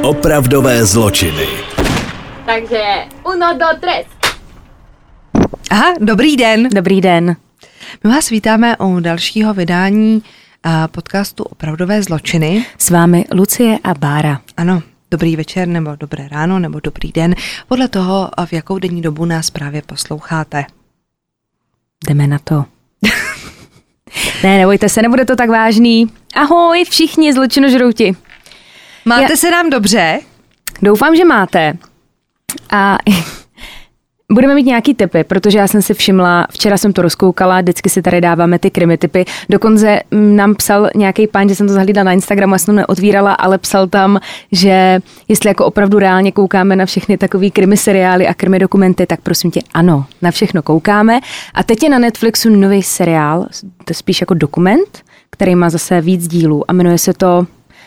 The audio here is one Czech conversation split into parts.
Opravdové zločiny. Takže uno, dos, tres. Aha, dobrý den. Dobrý den. My vás vítáme u dalšího vydání podcastu Opravdové zločiny. S vámi Lucie a Bára. Ano, dobrý večer, nebo dobré ráno, nebo dobrý den, podle toho, v jakou denní dobu nás právě posloucháte. Jdeme na to. Ne, nebojte se, nebude to tak vážný. Ahoj všichni zločinožrouti. Máte se nám dobře? Doufám, že máte. A budeme mít nějaký tipy, protože já jsem si všimla, včera jsem to rozkoukala, vždycky si tady dáváme ty krimi tipy. Dokonce nám psal nějaký pán, že jsem to zahlídala na Instagramu, já jsem to neotvírala, ale psal tam, že jestli jako opravdu reálně koukáme na všechny takový krimi seriály a krimi dokumenty, tak prosím tě, ano, na všechno koukáme. A teď je na Netflixu nový seriál, to je spíš jako dokument, který má zase víc dílů a jmenuje se to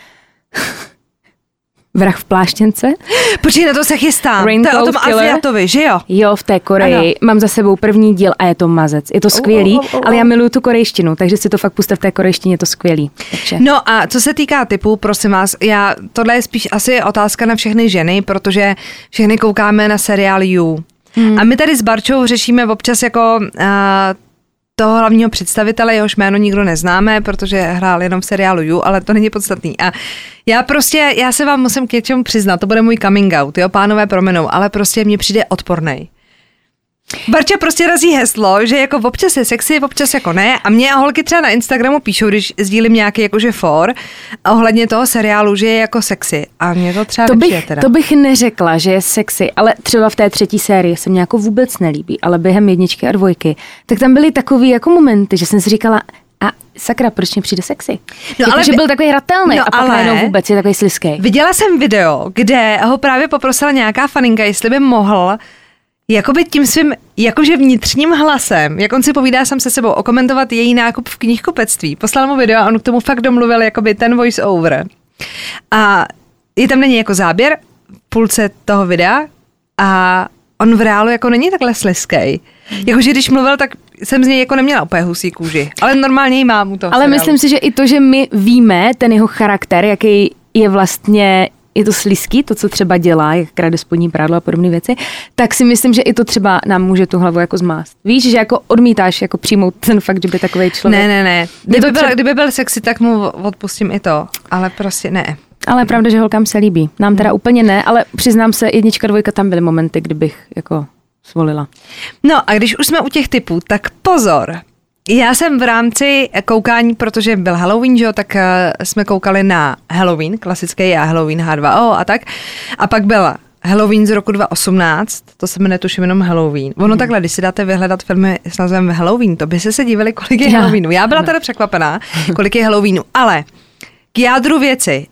Vrah v pláštěnce. Počkej, na to se chystám. Raincoat To je o tom Killer. Asiatovi, že jo? Jo, v té Koreji. Ano. Mám za sebou první díl a je to mazec. Je to skvělý, ale já miluju tu korejštinu, takže si to fakt puste v té korejštině, je to skvělý. Takže. No a co se týká typů, prosím vás, tohle je spíš asi otázka na všechny ženy, protože všechny koukáme na seriál You. A my tady s Barčou řešíme občas jako toho hlavního představitele, jehož jméno nikdo neznáme, protože hrál jenom v seriálu You, ale to není podstatný. A já se vám musím k něčemu přiznat, to bude můj coming out, jo, pánové prominou, ale prostě mně přijde odpornej. Barča prostě razí heslo, že jako občas je sexy, občas jako ne a mě holky třeba na Instagramu píšou, když sdílím nějaký jakože for ohledně toho seriálu, že je jako sexy a mě to třeba nepřijde teda. To bych neřekla, že je sexy, ale třeba v té 3. sérii se mě jako vůbec nelíbí, ale během 1 a 2, tak tam byly takový jako momenty, že jsem si říkala, a sakra, proč mě přijde sexy? No, ale že byl takový hratelný a pak najednou vůbec je takový slizký. Viděla jsem video, kde ho právě poprosila nějaká faninka, jestli by mohl jakoby tím svým, jakože vnitřním hlasem, jak on si povídá sám se sebou, okomentovat její nákup v knihkupectví. Poslal mu video a on k tomu fakt domluvil jakoby ten voice over. A je tam není jako záběr v půlce toho videa a on v reálu jako není takhle slizkej. Jakože když mluvil, tak jsem z něj jako neměla úplně husí kůži. Ale normálně jí mám u toho Ale seriálu. myslím si, že i to, že my víme ten jeho charakter, jaký je vlastně, je to slizký, to, co třeba dělá, jak krade spodní prádlo a podobné věci, tak si myslím, že i to třeba nám může tu hlavu jako zmást. Víš, že jako odmítáš jako přijmout ten fakt, že by takovej člověk. Ne. Kdyby byl sexy, tak mu odpustím i to, ale prostě ne. Ale je pravda, že holkám se líbí. Nám teda úplně ne, ale přiznám se, 1, 2 tam byly momenty, kdybych jako svolila. No a když už jsme u těch typů, tak pozor. Já jsem v rámci koukání, protože byl Halloween, že jo, tak jsme koukali na Halloween, klasický a Halloween H2O a tak. A pak byl Halloween z roku 2018, to se jmenuje tuším jenom Halloween. Ono takhle, když si dáte vyhledat filmy s názvem Halloween, to by se divili, kolik je Halloweenu. Já byla teda překvapená, kolik je Halloweenu, ale k jádru věci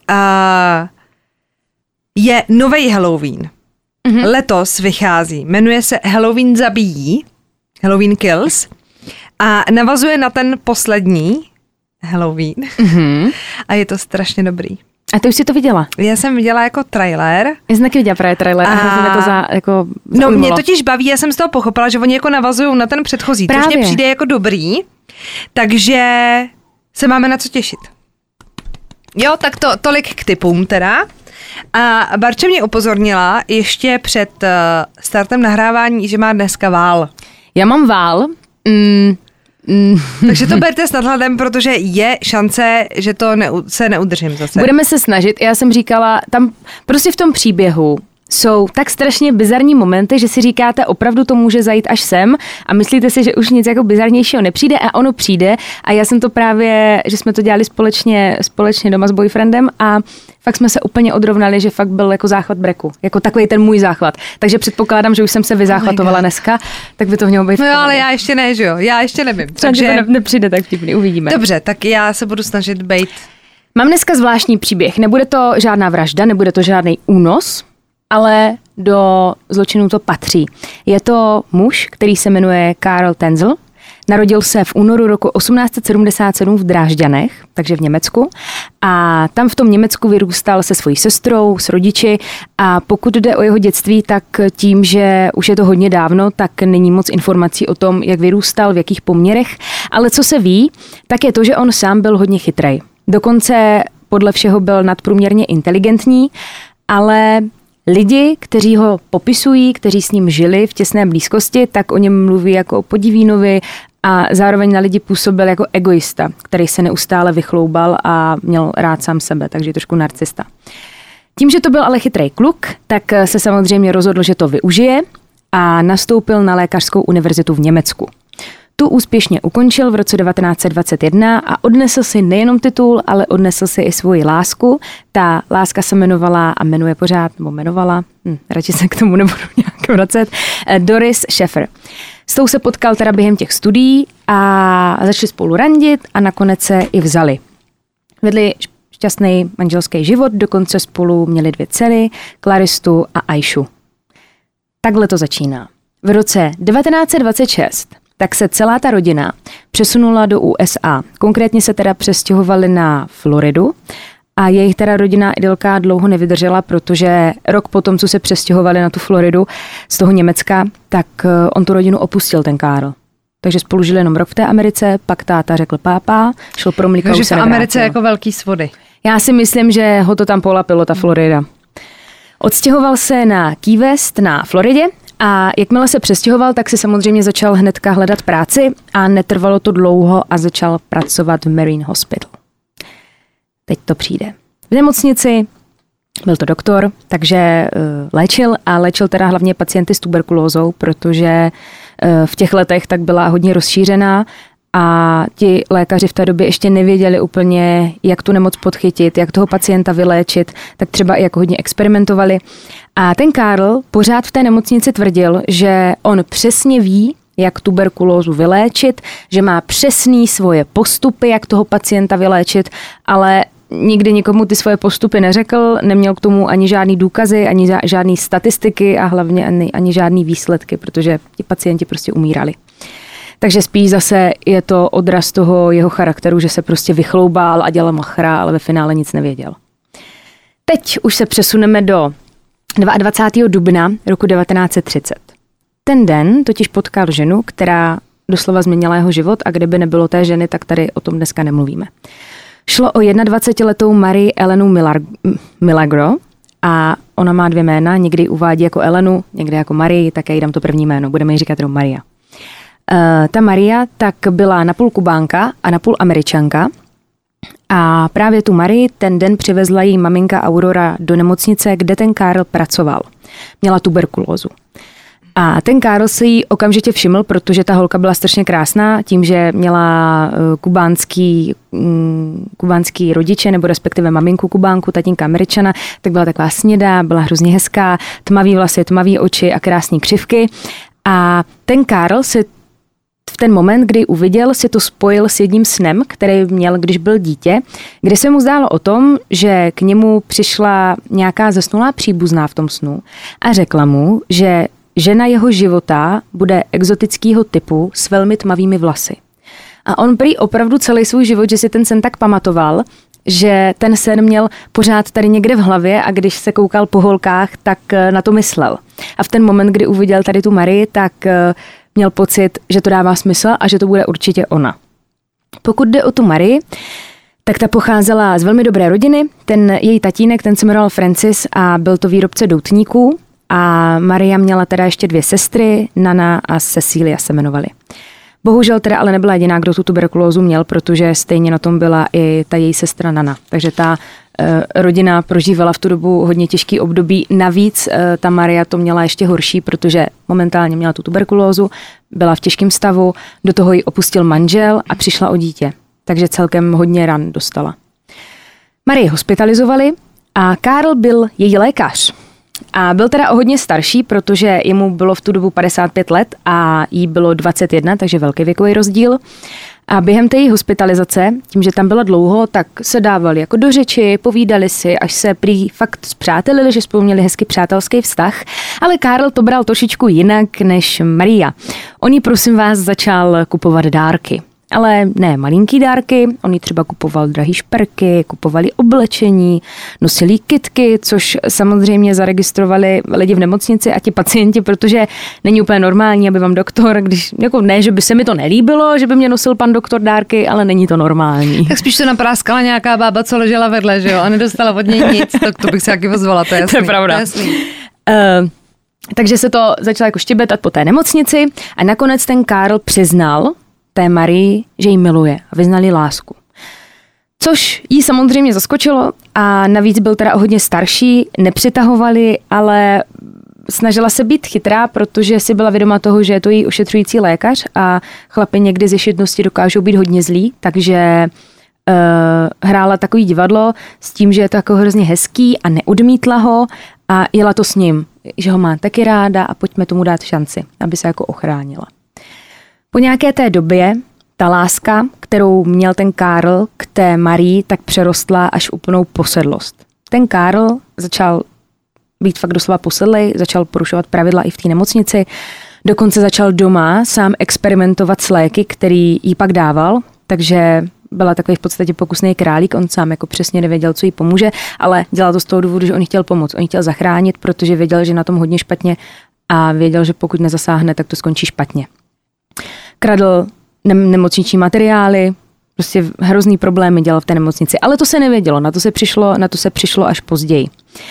je novej Halloween. Letos vychází, jmenuje se Halloween zabíjí, Halloween Kills a navazuje na ten poslední Halloween a je to strašně dobrý. A ty už jsi to viděla? Já jsem viděla jako trailer. Já jsem taky viděla právě trailer a hrozně mě to jako no mě totiž baví, já jsem z toho pochopila, že oni jako navazují na ten předchozí, právě. Což mě přijde jako dobrý, takže se máme na co těšit. Jo, tak tolik k tipům teda. A Barča mě upozornila ještě před startem nahrávání, že má dneska vál. Já mám vál. Takže to berte s nadhledem, protože je šance, že to se neudržím zase. Budeme se snažit. Já jsem říkala, tam prostě v tom příběhu jsou tak strašně bizarní momenty, že si říkáte, opravdu to může zajít až sem a myslíte si, že už nic jako bizarnějšího nepřijde a ono přijde a já jsem to právě, že jsme to dělali společně doma s boyfriendem a fakt jsme se úplně odrovnali, že fakt byl jako záchvat breku, jako takový ten můj záchvat. Takže předpokládám, že už jsem se vyzáchvatovala dneska, tak by to mělo být. No jo, ale já ještě ne, že jo, já ještě nevím. Takže to nepřijde tak vtipný, uvidíme. Dobře, tak já se budu snažit bejt. Mám dneska zvláštní příběh, nebude to žádná vražda, nebude to žádný únos, ale do zločinu to patří. Je to muž, který se jmenuje Karl Tenzel. Narodil se v únoru roku 1877 v Drážďanech, takže v Německu. A tam v tom Německu vyrůstal se svojí sestrou, s rodiči. A pokud jde o jeho dětství, tak tím, že už je to hodně dávno, tak není moc informací o tom, jak vyrůstal, v jakých poměrech. Ale co se ví, tak je to, že on sám byl hodně chytrej. Dokonce podle všeho byl nadprůměrně inteligentní ale lidi, kteří ho popisují, kteří s ním žili v těsné blízkosti, tak o něm mluví jako o podivínovi a zároveň na lidi působil jako egoista, který se neustále vychloubal a měl rád sám sebe, takže trošku narcista. Tím, že to byl ale chytrý kluk, tak se samozřejmě rozhodl, že to využije a nastoupil na lékařskou univerzitu v Německu. Tu úspěšně ukončil v roce 1921 a odnesl si nejenom titul, ale odnesl si i svoji lásku. Ta láska se jmenovala a jmenuje pořád, nebo jmenovala, radši se k tomu nebudu nějak vracet, Doris Schaeffer. S tou se potkal teda během těch studií a začali spolu randit a nakonec se i vzali. Vedli šťastný manželský život, dokonce spolu měli 2 dcery, Claristu a Aishu. Takhle to začíná. V roce 1926 tak se celá ta rodina přesunula do USA. Konkrétně se teda přestěhovali na Floridu a jejich teda rodinná idylka dlouho nevydržela, protože rok potom, co se přestěhovali na tu Floridu z toho Německa, tak on tu rodinu opustil, ten Karl. Takže spolu žili jenom rok v té Americe, pak táta řekl pápa, šel pro mlíka, už se nevrátil. Takže v Americe jako velký svody. Já si myslím, že ho to tam polapilo, ta Florida. Odstěhoval se na Key West na Floridě a jakmile se přestěhoval, tak si samozřejmě začal hnedka hledat práci a netrvalo to dlouho a začal pracovat v Marine Hospital. Teď to přijde. V nemocnici byl to doktor, takže léčil a léčil teda hlavně pacienty s tuberkulózou, protože v těch letech tak byla hodně rozšířená a ti lékaři v té době ještě nevěděli úplně, jak tu nemoc podchytit, jak toho pacienta vyléčit, tak třeba i jako hodně experimentovali. A ten Karl pořád v té nemocnici tvrdil, že on přesně ví, jak tuberkulózu vyléčit, že má přesný svoje postupy, jak toho pacienta vyléčit, ale nikdy nikomu ty svoje postupy neřekl, neměl k tomu ani žádný důkazy, ani žádný statistiky a hlavně ani žádný výsledky, protože ti pacienti prostě umírali. Takže spíš zase je to odraz toho jeho charakteru, že se prostě vychloubal a dělal machra, ale ve finále nic nevěděl. Teď už se přesuneme do 22. dubna roku 1930. Ten den totiž potkal ženu, která doslova změnila jeho život a kdyby nebylo té ženy, tak tady o tom dneska nemluvíme. Šlo o 21letou Marie Elenu Milagro a ona má 2 jména, někdy uvádí jako Elenu, někdy jako Marie, tak já jí dám to první jméno, budeme jí říkat jenom Maria. Ta Maria tak byla napůl Kubánka a napůl Američanka a právě tu Marii ten den přivezla její maminka Aurora do nemocnice, kde ten Karl pracoval. Měla tuberkulózu. A ten Karl si ji okamžitě všiml, protože ta holka byla strašně krásná, tím, že měla kubánský rodiče, nebo respektive maminku Kubánku, tatínka Američana, tak byla taková snědá, byla hrozně hezká, tmavý vlasy, tmavý oči a krásný křivky. A ten Karl si v ten moment, kdy uviděl, si to spojil s jedním snem, který měl, když byl dítě, kde se mu zdálo o tom, že k němu přišla nějaká zesnulá příbuzná v tom snu a řekla mu, že žena jeho života bude exotického typu s velmi tmavými vlasy. A on prý opravdu celý svůj život, že si ten sen tak pamatoval, že ten sen měl pořád tady někde v hlavě a když se koukal po holkách, tak na to myslel. A v ten moment, kdy uviděl tady tu Marii, tak měl pocit, že to dává smysl a že to bude určitě ona. Pokud jde o tu Marii, tak ta pocházela z velmi dobré rodiny. Ten její tatínek, ten se jmenoval Francis a byl to výrobce doutníků a Maria měla teda ještě 2 sestry, Nana a Cecilia se jmenovaly. Bohužel teda ale nebyla jediná, kdo tu tuberkulózu měl, protože stejně na tom byla i ta její sestra Nana. Takže ta rodina prožívala v tu dobu hodně těžký období. Navíc ta Maria to měla ještě horší, protože momentálně měla tu tuberkulózu, byla v těžkém stavu, do toho ji opustil manžel a přišla o dítě. Takže celkem hodně ran dostala. Marii hospitalizovali a Karl byl její lékař. A byl teda o hodně starší, protože jemu bylo v tu dobu 55 let a jí bylo 21, takže velký věkový rozdíl. A během té její hospitalizace, tím, že tam byla dlouho, tak se dávali jako do řeči, povídali si, až se prý fakt spřátelili, že spolu měli hezky přátelský vztah. Ale Karl to bral trošičku jinak než Maria. On jí, prosím vás, začal kupovat dárky. Ale ne malinký dárky, oni třeba kupoval drahý šperky, kupovali oblečení, nosili kytky, což samozřejmě zaregistrovali lidi v nemocnici a ti pacienti, protože není úplně normální, aby vám doktor, když, jako ne, že by se mi to nelíbilo, že by mě nosil pan doktor dárky, ale není to normální. Tak spíš to napráskala nějaká bába, co ležela vedle, že jo, a nedostala od něj nic, tak to bych se taky ozvala, to je jasný. To je pravda. Takže se to začalo jako štěbetat po té nemocnici a nakonec ten Karl přiznal té Marii, že jí miluje a vyznali lásku. Což jí samozřejmě zaskočilo a navíc byl teda o hodně starší, nepřitahovali, ale snažila se být chytrá, protože si byla vědoma toho, že je to její ošetřující lékař a chlapi někdy z ješitnosti dokážou být hodně zlí, takže hrála takový divadlo s tím, že je to jako hrozně hezký a neodmítla ho a jela to s ním, že ho má taky ráda a pojďme tomu dát šanci, aby se jako ochránila. Po nějaké té době ta láska, kterou měl ten Karl k té Marii, tak přerostla až úplnou posedlost. Ten Karl začal být fakt doslova posedlej, začal porušovat pravidla i v té nemocnici, dokonce začal doma sám experimentovat s léky, který jí pak dával, takže byla takový v podstatě pokusný králík, on sám jako přesně nevěděl, co jí pomůže, ale dělal to z toho důvodu, že on chtěl pomoct, on chtěl zachránit, protože věděl, že na tom hodně špatně a věděl, že pokud nezasáhne, tak to skončí špatně. Kradl nemocniční materiály, prostě hrozný problémy dělal v té nemocnici, ale to se nevědělo, na to se přišlo až později.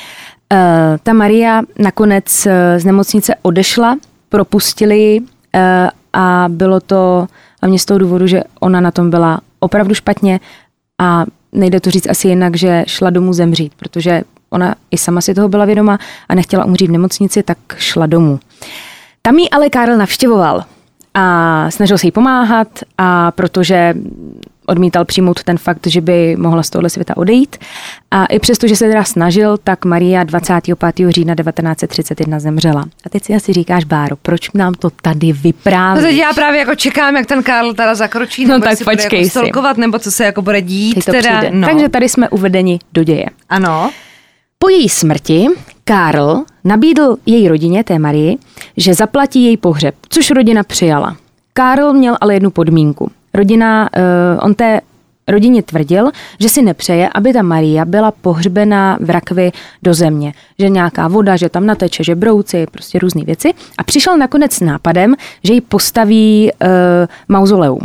Ta Maria nakonec z nemocnice odešla, propustili ji a bylo to hlavně z toho důvodu, že ona na tom byla opravdu špatně a nejde to říct asi jinak, že šla domů zemřít, protože ona i sama si toho byla vědoma a nechtěla umřít v nemocnici, tak šla domů. Tam jí ale Karl navštěvoval a snažil se jí pomáhat a protože odmítal přijmout ten fakt, že by mohla z tohohle světa odejít. A i přesto, že se teda snažil, tak Maria 25. října 1931 zemřela. A teď si asi říkáš, Báro, proč nám to tady vyprávíš? No teď já právě jako čekám, jak ten Karl teda zakročí, no nebo tak si bude jako stalkovat, nebo co se jako bude dít. Teda. No. Takže tady jsme uvedeni do děje. Ano. Po její smrti Karl nabídl její rodině, té Marii, že zaplatí její pohřeb, což rodina přijala. Karl měl ale jednu podmínku. On té rodině tvrdil, že si nepřeje, aby ta Maria byla pohřbena v rakvi do země. Že nějaká voda, že tam nateče, že brouci, prostě různé věci. A přišel nakonec s nápadem, že jí postaví mauzoleum.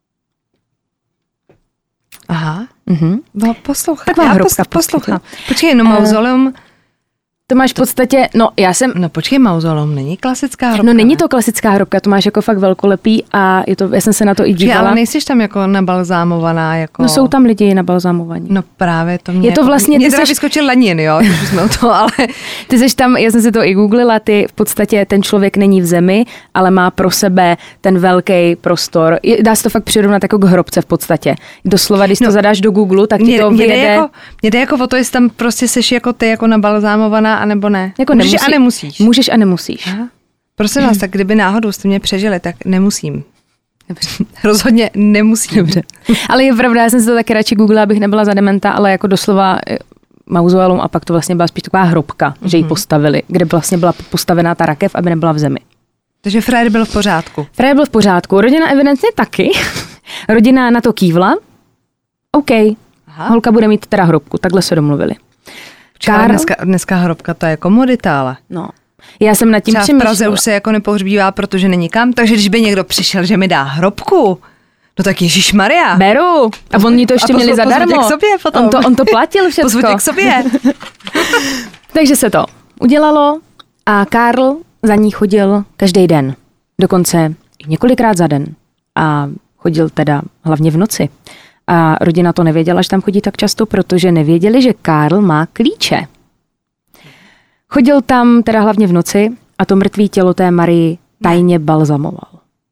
Aha. No, poslouchám. Taková hrobka poslouchám. Počkej, no mauzoleum. To máš v podstatě, No počkej, mauzoleum není klasická hrobka. No není to klasická hrobka, to máš jako fakt velkolepý a já jsem se na to i dívala. Ale nejsiš tam jako nabalzámovaná, jako... No jsou tam lidi nabalzámovaní. No právě to mě je to jako... vlastně, mě teda vyskočil lanin, jo, když jsme o to, ale... Ty jsi tam, já jsem si to i googlila, v podstatě ten člověk není v zemi, ale má pro sebe ten velký prostor. Dá se to fakt přirovnat jako k hrobce v podstatě. Doslova, když to zadáš do Google, tak ti to vyjede... Mě jde jako o to, jestli tam prostě seš jako ty jako nabalzámovaná, anebo ne. Jako můžeš a nemusíš. Můžeš a nemusíš. Aha. Prosím vás, tak kdyby náhodou jste mě přežili, tak nemusím. Dobře. Rozhodně nemusím. Dobře. Ale je pravda, já jsem si to taky radši googlila, abych nebyla za dementa, ale jako doslova mauzoleum a pak to vlastně byla spíš taková hrobka, že ji postavili, kde vlastně byla postavená ta rakev, aby nebyla v zemi. Takže frajer byl v pořádku. Frajer byl v pořádku. Rodina evidentně taky. Rodina na to kývla. OK. Aha. Holka bude mít teda hrobku, takhle se domluvili. Dneska hrobka to je komodita, ale. No. Já jsem nad tím přemýšlela. V Praze už se jako nepohřbívá, protože není kam, takže když by někdo přišel, že mi dá hrobku, no tak ježišmarja. Beru. A oni to ještě měli zadarmo. K sobě potom. On to platil všecko. Pozvu tě k sobě. Takže se to udělalo a Karl za ní chodil každý den. Dokonce několikrát za den. A chodil teda hlavně v noci. A rodina to nevěděla, že tam chodí tak často, protože nevěděli, že Karl má klíče. Chodil tam teda hlavně v noci a to mrtvé tělo té Marii tajně balzamoval.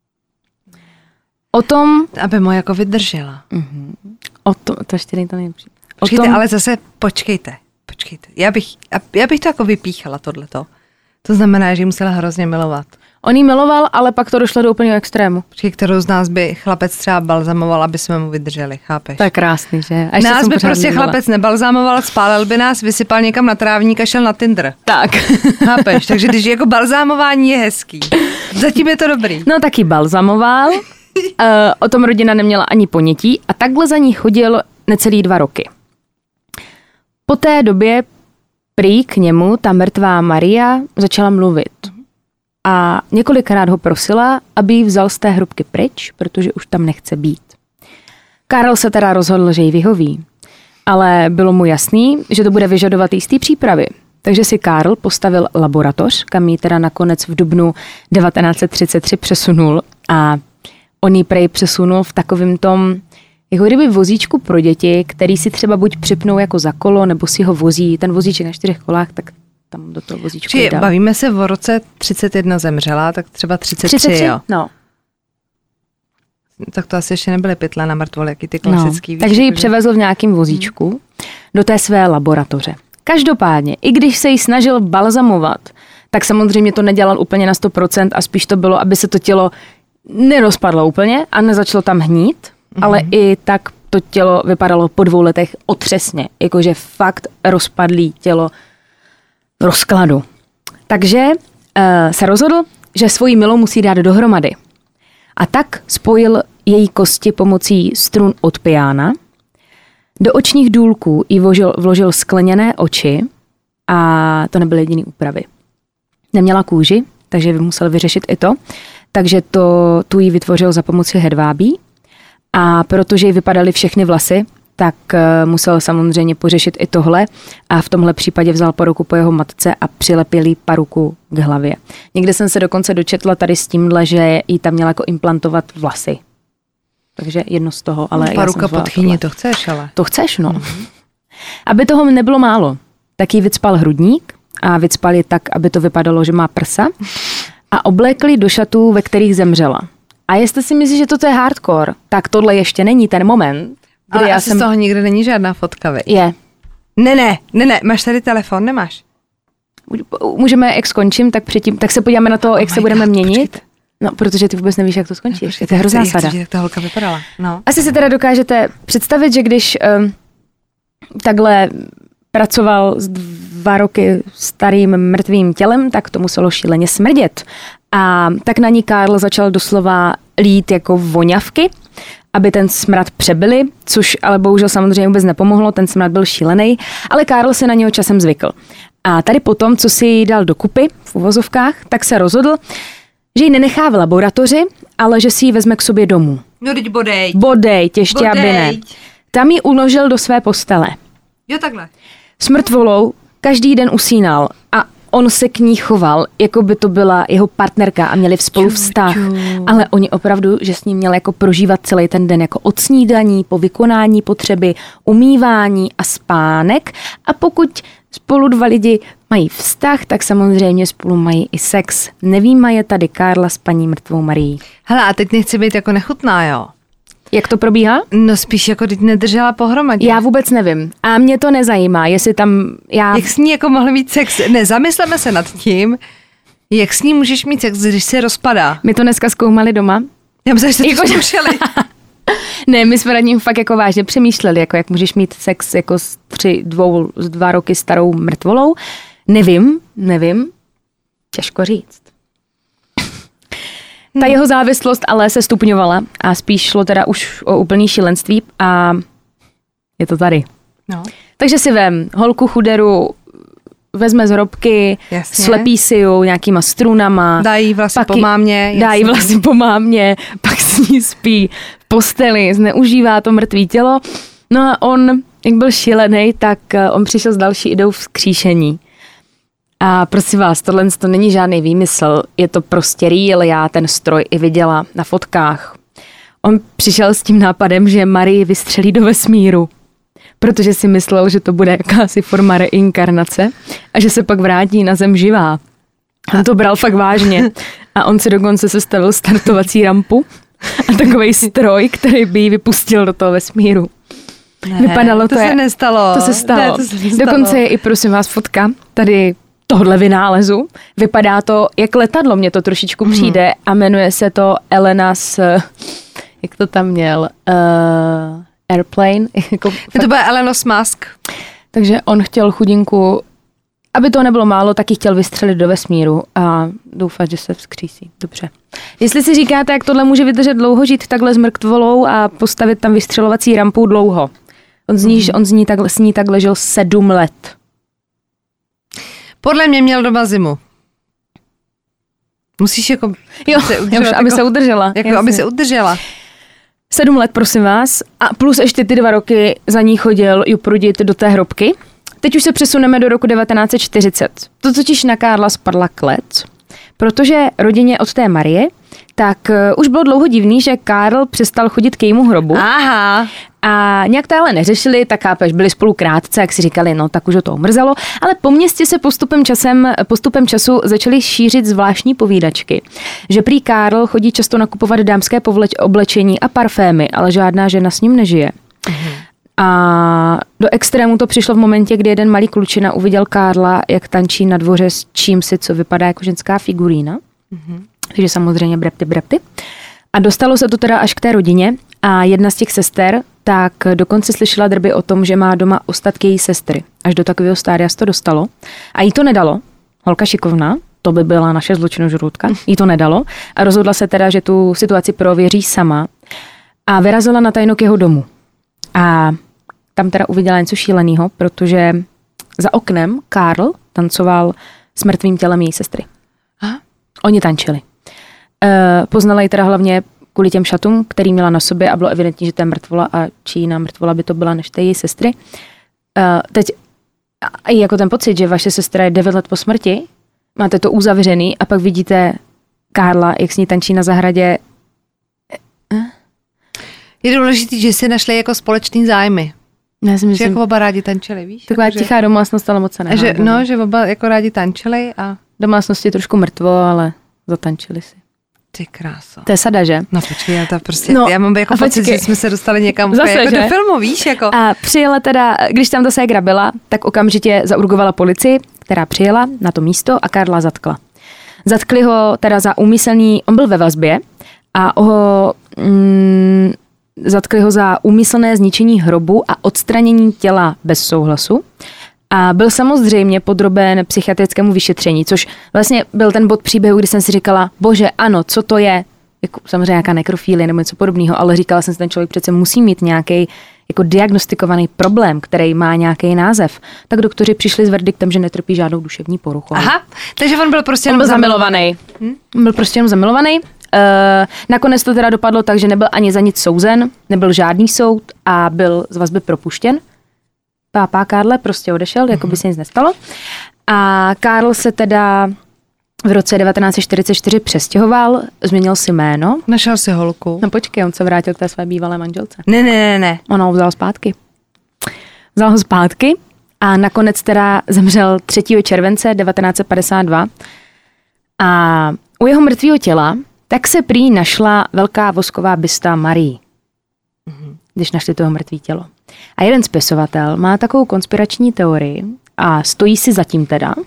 O tom... Aby mu jako vydržela. O tom, to ještě není to nejlepší. Počkejte, ale zase počkejte. Já bych to jako vypíchala tohleto. To znamená, že ji musela hrozně milovat. On jí miloval, ale pak to došlo do úplného extrému. Počkej, kterou z nás by chlapec třeba balzamoval, aby jsme mu vydrželi, chápeš? To je krásný, že? Nás by prostě chlapec nebalzamoval, spálil by nás, vysypal někam na trávník a šel na Tinder. Tak. Chápeš? Takže když jako balzámování je hezký. Zatím je to dobrý. No taky balzamoval, O tom rodina neměla ani ponětí a takhle za ní chodil necelý 2 roky. Po té době prý k němu ta mrtvá Maria začala mluvit. A několikrát ho prosila, aby ji vzal z té hrobky pryč, protože už tam nechce být. Karel se teda rozhodl, že jí vyhoví. Ale bylo mu jasný, že to bude vyžadovat jistý přípravy. Takže si Karl postavil laboratoř, kam ji teda nakonec v dubnu 1933 přesunul a on ji prej přesunul v takovém tom, jako kdyby vozíčku pro děti, který si třeba buď připnou jako za kolo, nebo si ho vozí, ten vozíček na 4 kolách, tak tam do toho vozíčku dal. Bavíme se o roce 31 zemřela, tak třeba 33, jo. No. Tak to asi ještě nebyly pytle na mrtvol, jaký ty klasický. Takže ji převezl v nějakém vozíčku do té své laboratoře. Každopádně, i když se jí snažil balzamovat, tak samozřejmě to nedělal úplně na 100% a spíš to bylo, aby se to tělo nerozpadlo úplně a nezačalo tam hnít, ale i tak to tělo vypadalo po 2 letech otřesně, jakože fakt rozpadlý tělo rozkladu. Takže se rozhodl, že svoji milou musí dát dohromady. A tak spojil její kosti pomocí strun od piána. Do očních důlků jí vložil skleněné oči a to nebyly jediný úpravy. Neměla kůži, takže musel vyřešit i to. Takže tu jí vytvořil za pomoci hedvábí. A protože jí vypadaly všechny vlasy, tak musel samozřejmě pořešit i tohle a v tomhle případě vzal paruku po jeho matce a přilepil jí paruku k hlavě. Někde jsem se dokonce dočetla tady s tímhle, že jí tam měla jako implantovat vlasy. Takže jedno z toho, ale paruka pod chýni, to chceš, ale. To chceš, no. Aby toho nebylo málo, tak jí vycpal hrudník a vycpal ji tak, aby to vypadalo, že má prsa a oblékli do šatů, ve kterých zemřela. A jestli si myslíš, že toto je hardcore, tak tohle ještě není ten moment, kdy ale asi z toho nikde není žádná fotka, viď? Je. Ne, máš tady telefon, nemáš? Můžeme, jak skončím, tak se podíváme na to, jak se budeme měnit. No, protože ty vůbec nevíš, jak to skončí. To je hrozná sada. Jak ta holka vypadala. No. Asi si teda dokážete představit, že když takhle pracoval s 2 roky starým mrtvým tělem, tak to muselo šíleně smrdět. A tak na ní Karl začal doslova lít jako voňavky, aby ten smrad přebyli, což ale bohužel samozřejmě vůbec nepomohlo, ten smrad byl šílený, ale Karl se na něho časem zvykl. A tady potom, co si ji dal dokupy v uvozovkách, tak se rozhodl, že ji nenechá v laboratoři, ale že si ji vezme k sobě domů. No teď bodej. Bodej, těště aby ne. Tam ji uložil do své postele. Jo, takhle. S mrtvolou každý den usínal a on se k ní choval, jako by to byla jeho partnerka a měli spolu vztah. Ale oni opravdu, že s ním měl jako prožívat celý ten den jako od snídaní, po vykonání potřeby, umývání a spánek. A pokud spolu 2 lidi mají vztah, tak samozřejmě spolu mají i sex. Nevíma je tady Karla s paní mrtvou Marií. Hele, a teď nechci být jako nechutná, jo? Jak to probíhá? No spíš jako teď nedržela pohromadě. Já vůbec nevím. A mě to nezajímá, jestli tam Jak s ní jako mohl mít sex? Ne, zamysleme se nad tím, jak s ní můžeš mít sex, když se rozpadá. My to dneska zkoumali doma. Já myslím, že jste to zkoušeli. Ne, my jsme nad ním fakt jako vážně přemýšleli, jako jak můžeš mít sex jako s 2 roky starou mrtvolou. Nevím. Těžko říct. Ta jeho závislost ale se stupňovala a spíš šlo teda už o úplný šílenství a je to tady. No. Takže si vem holku chuderu, vezme z hrobky, slepí si ju nějakýma strunama. Dají vlasy po mámě. Pak s ní spí v posteli, zneužívá to mrtvý tělo. No a on, jak byl šílený, tak on přišel s další ideou vzkříšení. A prosím vás, tohle to není žádný výmysl, je to prostě real, já ten stroj i viděla na fotkách. On přišel s tím nápadem, že Marii vystřelí do vesmíru, protože si myslel, že to bude jakási forma reinkarnace a že se pak vrátí na zem živá. On to bral fakt vážně a on si dokonce sestavil startovací rampu a takovej stroj, který by ji vypustil do toho vesmíru. Ne, Vypadalo to se nestalo. To se stalo. Ne, to se nestalo. Dokonce je i, prosím vás, fotka tady tohle vynálezu. Vypadá to jak letadlo, mně to trošičku přijde a jmenuje se to Elena's, jak to tam měl, Airplane. To byl Elenos Musk. Takže on chtěl chudinku aby to nebylo málo, tak ji chtěl vystřelit do vesmíru a doufat, že se vzkřísí. Dobře. Jestli si říkáte, jak tohle může vydržet dlouho, žít takhle s mrtvolou a postavit tam vystřelovací rampu dlouho. On s ní takhle žil 7 let. Podle mě měl doma zimu. Musíš jako... aby se udržela. Aby se udržela. 7 let, prosím vás. A plus ještě ty 2 roky za ní chodil juprudit do té hrobky. Teď už se přesuneme do roku 1940. To totiž na Karla spadla klec, protože rodině od té Marie, tak už bylo dlouho divný, že Karl přestal chodit k jejímu hrobu. Aha. A nějak to ale neřešili, tak chápeš, byli spolu krátce, jak si říkali, no tak už ho to umrzelo, ale po městě se postupem času začaly šířit zvláštní povídačky, že prý Karl chodí často nakupovat dámské oblečení a parfémy, ale žádná žena s ním nežije. A do extrému to přišlo v momentě, kdy jeden malý klučina uviděl Karla, jak tančí na dvoře s čímsi, co vypadá jako ženská figurína. Takže samozřejmě brepty. A dostalo se to teda až k té rodině a jedna z těch sester tak dokonce slyšela drby o tom, že má doma ostatky její sestry. Až do takového stádia se to dostalo. A jí to nedalo. Holka šikovná, to by byla naše zločinožrůdka, jí to nedalo. A rozhodla se teda, že tu situaci prověří sama. A vyrazila na tajno k jeho domu. A tam teda uviděla něco šíleného, protože za oknem Karl tancoval s mrtvým tělem její sestry. Aha. Oni tančili. Poznala ji teda hlavně kvůli těm šatům, který měla na sobě a bylo evidentní, že to je mrtvola a čí jiná mrtvola by to byla než té její sestry. Teď jako ten pocit, že vaše sestra je 9 let po smrti, máte to uzavřený a pak vidíte Karla, jak s ní tančí na zahradě. Je důležitý, že si našli jako společný zájmy. Já si myslím, že jako oba rádi tančili, víš? Taková jako, tichá domácnost, ale moc se nehádají. Že oba jako rádi tančili a... Domácnost je trošku mrtvo, ale zatančili si. Ty kráso. To je sada, že? No počkej, já to prostě, já mám jako pocit, že jsme se dostali někam zase, jako do filmu, víš, jako. A přijela teda, když tam ta ségra byla, tak okamžitě zaurgovala policii, která přijela na to místo a Karla zatkla. Zatkli ho teda za úmyslný, on byl ve vazbě a zatkli ho za úmyslné zničení hrobu a odstranění těla bez souhlasu. A byl samozřejmě podroben psychiatrickému vyšetření, což vlastně byl ten bod příběhu, kdy jsem si říkala, bože, ano, co to je? Jako, samozřejmě nějaká nekrofílie nebo něco podobného, ale říkala jsem si, ten člověk přece musí mít nějaký jako diagnostikovaný problém, který má nějaký název. Tak doktoři přišli s verdiktem, že netrpí žádnou duševní poruchu. Aha, takže on byl prostě jenom zamilovaný. Byl prostě jenom zamilovaný. Nakonec to teda dopadlo tak, že nebyl ani za nic souzen, nebyl žádný soud a byl z vazby propuštěn. Pápa Karle prostě odešel, jako by se nic nestalo. A Karl se teda v roce 1944 přestěhoval, změnil si jméno. Našel si holku. No počkej, on se vrátil k té své bývalé manželce. Ne. Ono ho vzal zpátky. Vzal ho zpátky a nakonec teda zemřel 3. července 1952. A u jeho mrtvého těla tak se prý našla velká vosková bysta Marie, když našli toho mrtvé tělo. A jeden spisovatel má takovou konspirační teorii a stojí si zatím teda,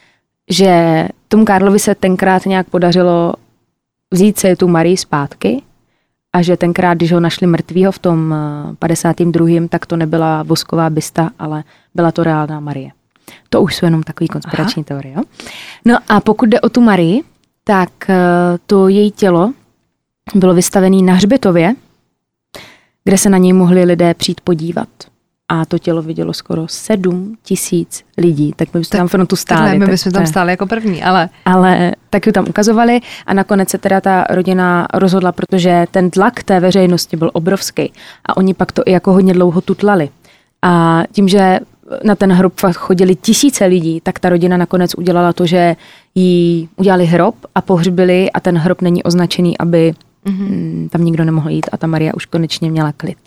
že tomu Karlovi se tenkrát nějak podařilo vzít si tu Marii zpátky a že tenkrát, když ho našli mrtvýho v tom 52., tak to nebyla vosková bysta, ale byla to reálná Marie. To už jsou jenom takový konspirační teorie. Jo? No a pokud jde o tu Marii, tak to její tělo bylo vystavené na hřbitově, kde se na něj mohli lidé přijít podívat. A to tělo vidělo skoro 7 000 lidí. Tak my bychom tam frontu stáli. My bychom tam stáli jako první, ale... Ale tak ji tam ukazovali a nakonec se teda ta rodina rozhodla, protože ten tlak té veřejnosti byl obrovský. A oni pak to i jako hodně dlouho tutlali. A tím, že na ten hrob chodili 1000 lidí, tak ta rodina nakonec udělala to, že jí udělali hrob a pohřbili a ten hrob není označený, aby tam nikdo nemohl jít a ta Maria už konečně měla klid.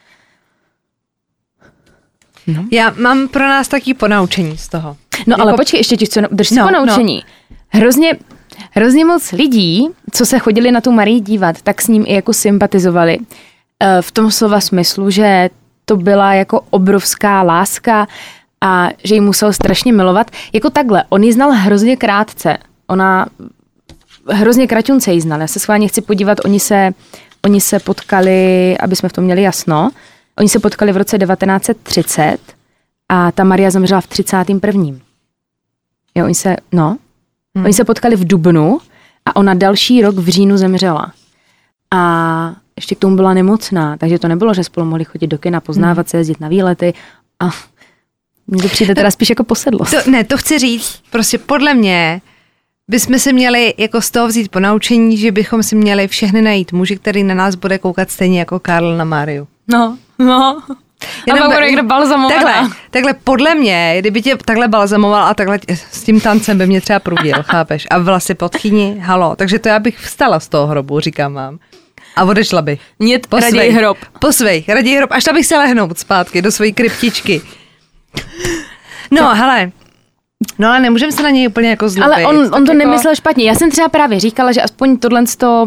No. Já mám pro nás taky ponaučení z toho. No jako... ale počkej, ještě drž si ponaučení. Hrozně moc lidí, co se chodili na tu Marii dívat, tak s ním i jako sympatizovali. V tom slova smyslu, že to byla jako obrovská láska a že ji musel strašně milovat. Jako takhle, on ji znal hrozně krátce. Ona hrozně kraťunce ji znal. Já se schválně chci podívat, oni se potkali, aby jsme v tom měli jasno, oni se potkali v roce 1930 a ta Maria zemřela v 31. že oni se potkali v dubnu a ona další rok v říjnu zemřela. A ještě k tomu byla nemocná, takže to nebylo, že spolu mohli chodit do kina, poznávat se, jezdit na výlety a mně to přijde teda spíš jako posedlost. To chci říct, prostě podle mě bychom si měli jako z toho vzít ponaučení, že bychom si měli všechny najít muži, který na nás bude koukat stejně jako Karl na Máriu. No. A pak bude někdo balzamovat. Takhle podle mě, kdyby tě takhle balzamoval a takhle s tím tancem by mě třeba prudil, chápeš? A vlasy pod chyni, halo. Takže to já bych vstala z toho hrobu, říkám vám. A odešla bych. Raději hrob. Raději hrob. A šla bych se lehnout zpátky do svojí kryptičky. No, hele. No ale nemůžeme se na něj úplně jako zlobit. Ale on to nemyslel špatně. Já jsem třeba právě říkala, že aspoň tohle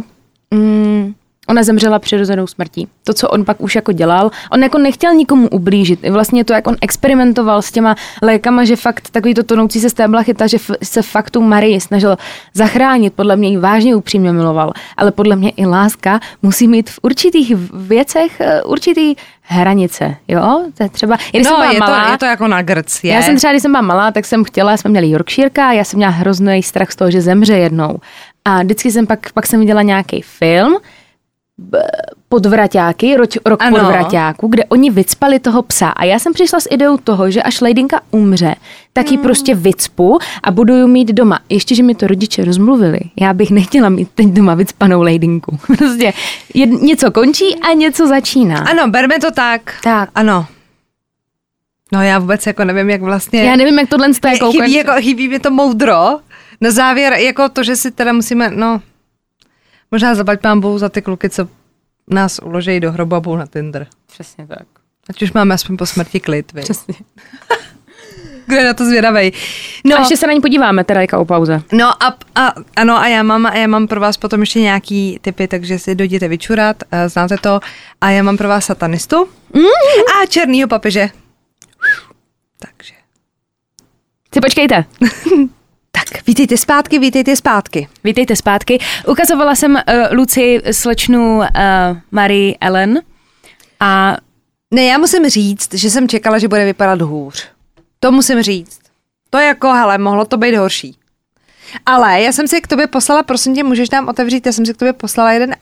ona zemřela přirozenou smrtí. To, co on pak už jako dělal, on jako nechtěl nikomu ublížit. Vlastně to, jak on experimentoval s těma lékama, že fakt takový to tonoucí se stébla chyta, že se fakt tu Marii snažil zachránit, podle mě ji vážně upřímně miloval. Ale podle mě i láska musí mít v určitých věcech určitý hranice, jo? To je třeba, je to jako na grc, je. Já jsem třeba, když jsem byla malá, tak jsme měli Yorkshireka, já jsem měla hrozný strach z toho, že zemře jednou. A vždycky jsem pak jsem viděla nějaký film, Podvraťáky, rok podvraťáku, kde oni vycpali toho psa. A já jsem přišla s ideou toho, že až Lejdinka umře, tak ji prostě vycpu a budu ji mít doma. Ještě, že mi to rodiče rozmluvili. Já bych nechtěla mít teď doma vycpanou Lejdinku. Prostě něco končí a něco začíná. Ano, berme to tak. Tak. Ano. No já vůbec jako nevím, jak vlastně... Já nevím, jak tohle stojí chybí mi to moudro. Na závěr, jako to, že si teda musíme, možná zaplať pán Bohu za ty kluky, co nás uložejí do hrobu a budou na Tinder. Přesně tak. Ať už máme aspoň po smrti klid, vy. Přesně. Kdo je na to zvědavej. No, a ještě se na ní podíváme, teda jako o pauze. No a já mám pro vás potom ještě nějaký tipy, takže si dojděte vyčurat, znáte to. A já mám pro vás satanistu a černýho papeže. Takže. Si počkejte. Tak, vítejte zpátky. Vítejte zpátky. Ukazovala jsem Luci slečnu Marie Ellen a... Ne, já musím říct, že jsem čekala, že bude vypadat hůř. To musím říct. To je jako, hele, mohlo to být horší. Ale já jsem si k tobě poslala, prosím tě, můžeš nám otevřít, já jsem si k tobě poslala jeden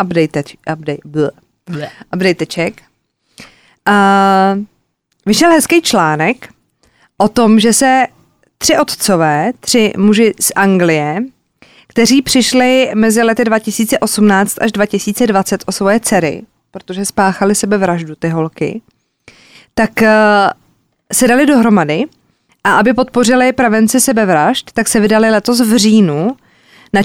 updateček. Vyšel hezký článek o tom, že se 3 otcové, 3 muži z Anglie, kteří přišli mezi lety 2018 až 2020 o svoje dcery, protože spáchali sebevraždu ty holky, tak se dali dohromady a aby podpořili prevenci sebevražd, tak se vydali letos v říjnu na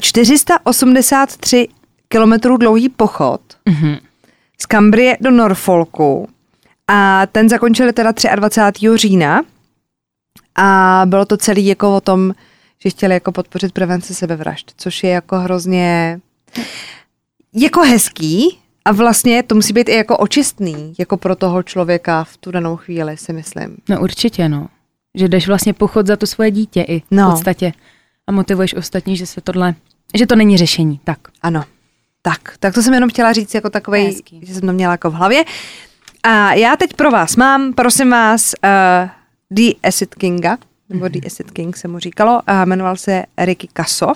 483 kilometrů dlouhý pochod z Cambrie do Norfolku a ten zakončili teda 23. října. A bylo to celý jako o tom, že chtěli jako podpořit prevenci sebevražd, což je jako hrozně jako hezký a vlastně to musí být i jako očistný, jako pro toho člověka v tu danou chvíli, si myslím. No určitě, že jdeš vlastně pochod za to svoje dítě i v podstatě a motivuješ ostatní, že to není řešení, tak. Ano, tak to jsem jenom chtěla říct jako takovej, že jsem to měla jako v hlavě. A já teď pro vás mám, prosím vás, The Acid Kinga, nebo The Acid King se mu říkalo, a jmenoval se Ricky Kasso.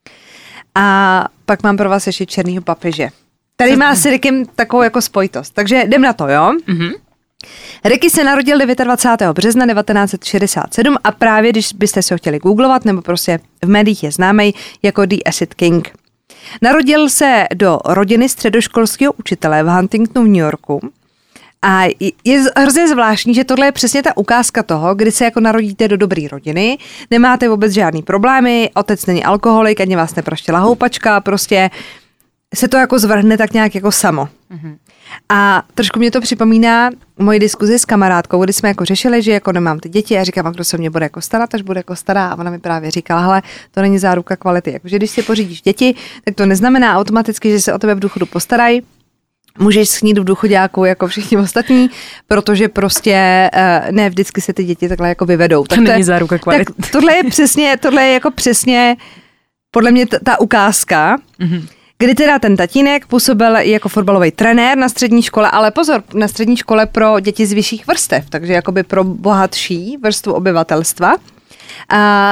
A pak mám pro vás ještě černýho papeže. Tady má s Rickem takovou jako spojitost, takže jdem na to, jo? Mm-hmm. Ricky se narodil 29. března 1967 a právě když byste si ho chtěli googlovat, nebo prostě v médiích je známý jako The Acid King. Narodil se do rodiny středoškolského učitele v Huntingtonu v New Yorku. A je hrozně zvláštní, že tohle je přesně ta ukázka toho, kdy se jako narodíte do dobré rodiny, nemáte vůbec žádný problémy, otec není alkoholik, ani vás nepraštěla houpačka, prostě se to jako zvrhne tak nějak jako samo. Mm-hmm. A trošku mě to připomíná moji diskuzi s kamarádkou, kdy jsme jako řešili, že jako nemám ty děti a říkám, kdo se mě bude jako starat, až bude jako stará. A ona mi právě říkala, hele, to není záruka kvality. Jakože když si pořídíš děti, tak to neznamená automaticky, že se o tebe v důchodu postarají. Můžeš schnít v důchoďáku jako všichni ostatní, protože prostě ne vždycky se ty děti takhle jako vyvedou. Tak to není záruka kvality. Tak tohle je jako přesně podle mě ta ukázka, kdy teda ten tatínek působil jako fotbalový trenér na střední škole, ale pozor, na střední škole pro děti z vyšších vrstev, takže jakoby pro bohatší vrstvu obyvatelstva. A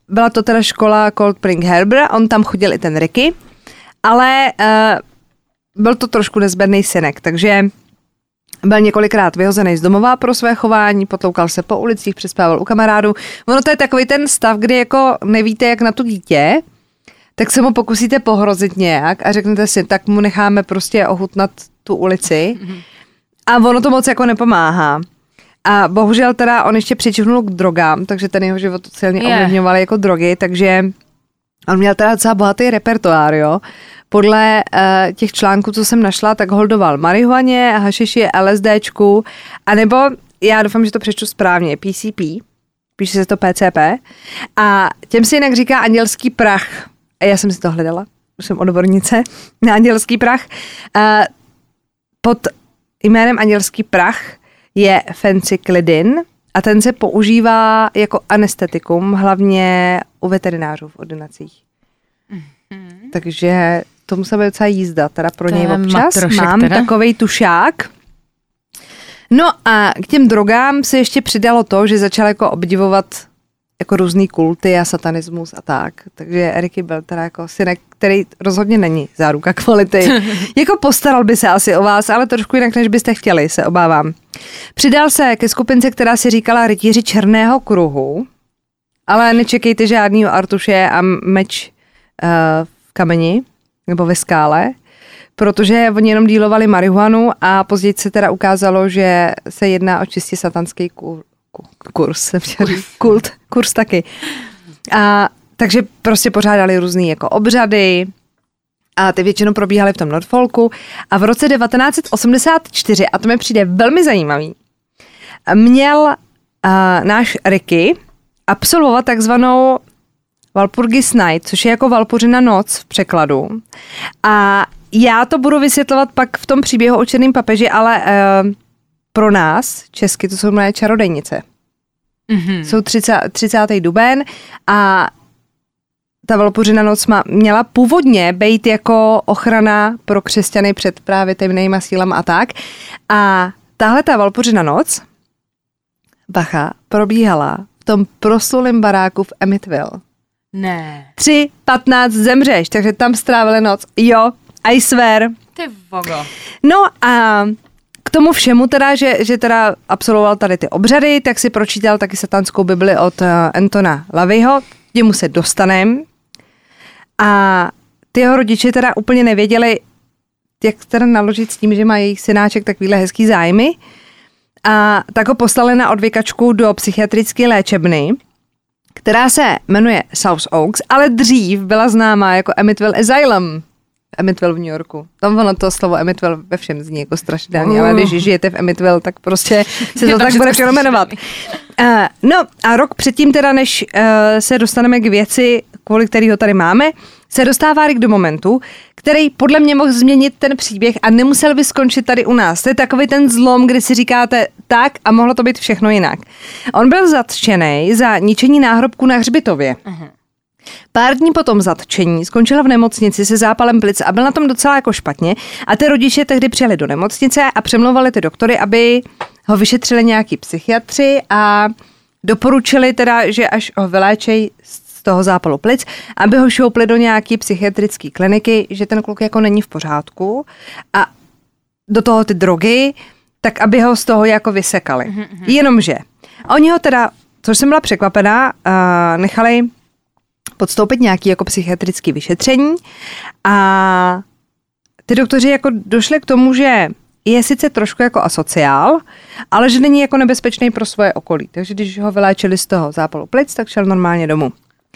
byla to teda škola Cold Spring Harbor, on tam chodil i ten Ricky, ale byl to trošku nezbedný synek, takže byl několikrát vyhozený z domova pro své chování, potloukal se po ulicích, přespával u kamarádů. Ono to je takový ten stav, kdy jako nevíte, jak na to dítě, tak se mu pokusíte pohrozit nějak a řeknete si, tak mu necháme prostě ohutnat tu ulici a ono to moc jako nepomáhá. A bohužel teda on ještě přičihnul k drogám, takže ten jeho život silně ovlivňoval jako drogy, takže on měl teda docela bohatý repertoár, jo. Podle těch článků, co jsem našla, tak holdoval marihuaně, hašiši, LSDčku, anebo, já doufám, že to přečtu správně, PCP, píše se to PCP, a těm se jinak říká andělský prach. A já jsem si to hledala, už jsem odbornice na andělský prach. Pod jménem andělský prach je fencyklidin a ten se používá jako anestetikum, hlavně u veterinářů v ordinacích. Takže to musí být docela jízda, teda pro něj občas. Mám takovej tušák. No a k těm drogám se ještě přidalo to, že začal jako obdivovat jako různý kulty a satanismus a tak. Takže Ricky byl teda jako synek, který rozhodně není záruka kvality. Jako postaral by se asi o vás, ale trošku jinak, než byste chtěli, se obávám. Přidal se ke skupince, která si říkala rytíři černého kruhu, ale nečekejte žádnýho artuše a meč v kameni nebo ve skále, protože oni jenom dílovali marihuanu a později se teda ukázalo, že se jedná o čistě satanský kurz taky. A takže prostě pořádali různý jako obřady a ty většinou probíhaly v tom Norfolku a v roce 1984, a to mi přijde velmi zajímavý, měl náš Ricky absolvovat takzvanou Walpurgis Night, což je jako Valpuřina noc v překladu. A já to budu vysvětlovat pak v tom příběhu o černém papeži, ale pro nás, česky, to jsou moje čarodejnice. Jsou 30. duben a ta Valpuřina noc měla původně být jako ochrana pro křesťany před právě temnýma sílama a tak. A tahle ta Valpuřina noc, bacha, probíhala v tom proslulém baráku v Amityville. Ne. 3:15 zemřeš, takže tam strávili noc. Jo, I swear. Ty vogo. No a k tomu všemu teda, že teda absolvoval tady ty obřady, tak si pročítal taky satanskou bibli od Antona LaVeyho, němu se dostanem. A ty jeho rodiče teda úplně nevěděli, jak teda naložit s tím, že má jejich synáček takovýhle hezký zájmy. A tak ho poslali na odvykačku do psychiatrické léčebny, která se jmenuje South Oaks, ale dřív byla známá jako Amityville Asylum. Amityville v New Yorku. Tam ono to slovo Amityville ve všem zní jako strašidelně, ale když žijete v Amityville, tak prostě se to tak bude všechno jmenovat. No a rok předtím teda, než se dostaneme k věci, kvůli kterého tady máme, se dostává Rick do momentu, který podle mě mohl změnit ten příběh a nemusel by skončit tady u nás. To je takový ten zlom, kdy si říkáte tak a mohlo to být všechno jinak. On byl zatčený za ničení náhrobku na hřbitově. Pár dní po tom zatčení skončila v nemocnici se zápalem plic a byl na tom docela jako špatně a ty rodiče tehdy přijeli do nemocnice a přemlouvali ty doktory, aby ho vyšetřili nějaký psychiatři a doporučili teda, že až ho vyléčej z toho zápalu plic, aby ho šoupli do nějaký psychiatrické kliniky, že ten kluk jako není v pořádku a do toho ty drogy, tak aby ho z toho jako vysekali. Jenomže oni ho teda, což jsem byla překvapená, nechali podstoupit nějaké jako psychiatrické vyšetření a ty doktoři jako došli k tomu, že je sice trošku jako asociál, ale že není jako nebezpečný pro svoje okolí. Takže když ho vyléčili z toho zápalu plic, tak šel normálně domů.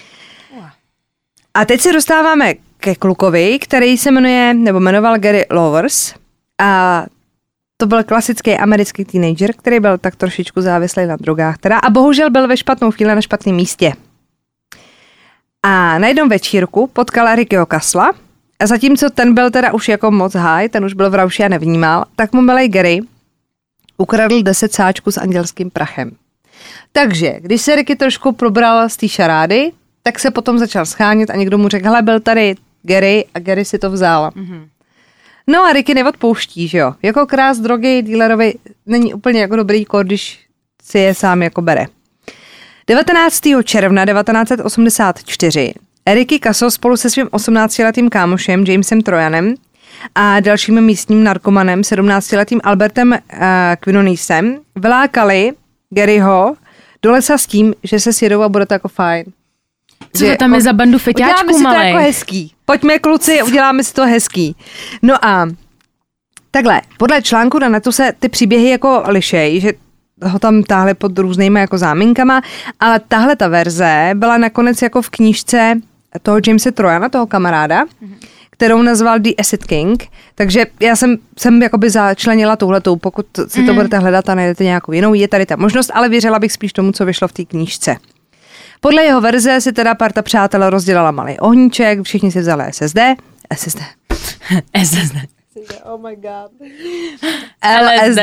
A teď se dostáváme ke klukovi, který se jmenoval Gary Lovers a to byl klasický americký teenager, který byl tak trošičku závislý na drogách teda a bohužel byl ve špatnou chvíli na špatném místě. A na jednom večírku potkala Rickyho Kassla a zatímco ten byl teda už jako moc high, ten už byl v rauši a nevnímal, tak mu milej Gary ukradl 10 sáčků s andělským prachem. Takže, když se Ricky trošku probral z té šarády, tak se potom začal schánět a někdo mu řekl, hele, byl tady Gary a Gary si to vzal. No a Ricky neodpouští, že jo. Jako krás drogy dealerovi není úplně jako dobrý kód, když si je sám jako bere. 19. června 1984 Ricky Kasso spolu se svým 18letým kámošem Jamesem Troyanem a dalším místním narkomanem 17letým Albertem Quinonesem vylákali Garyho do lesa s tím, že se sjedou a bude to jako fajn. Co to tam je za bandu feťáčků malej? Uděláme si to jako hezký. Pojďme kluci, uděláme si to hezký. No a takhle, podle článku na netu se ty příběhy jako lišej, že ho tam táhli pod různýma jako záminkama, ale tahle ta verze byla nakonec jako v knížce toho Jamese Troyana, toho kamaráda, kterou nazval The Acid King, takže já jsem jakoby začlenila touhletou, pokud si to budete hledat a najdete nějakou jinou, je tady ta možnost, ale věřila bych spíš tomu, co vyšlo v té knížce. Podle jeho verze si teda parta přátel rozdělala malý ohníček, všichni si vzali SSD. Oh my god. LSD.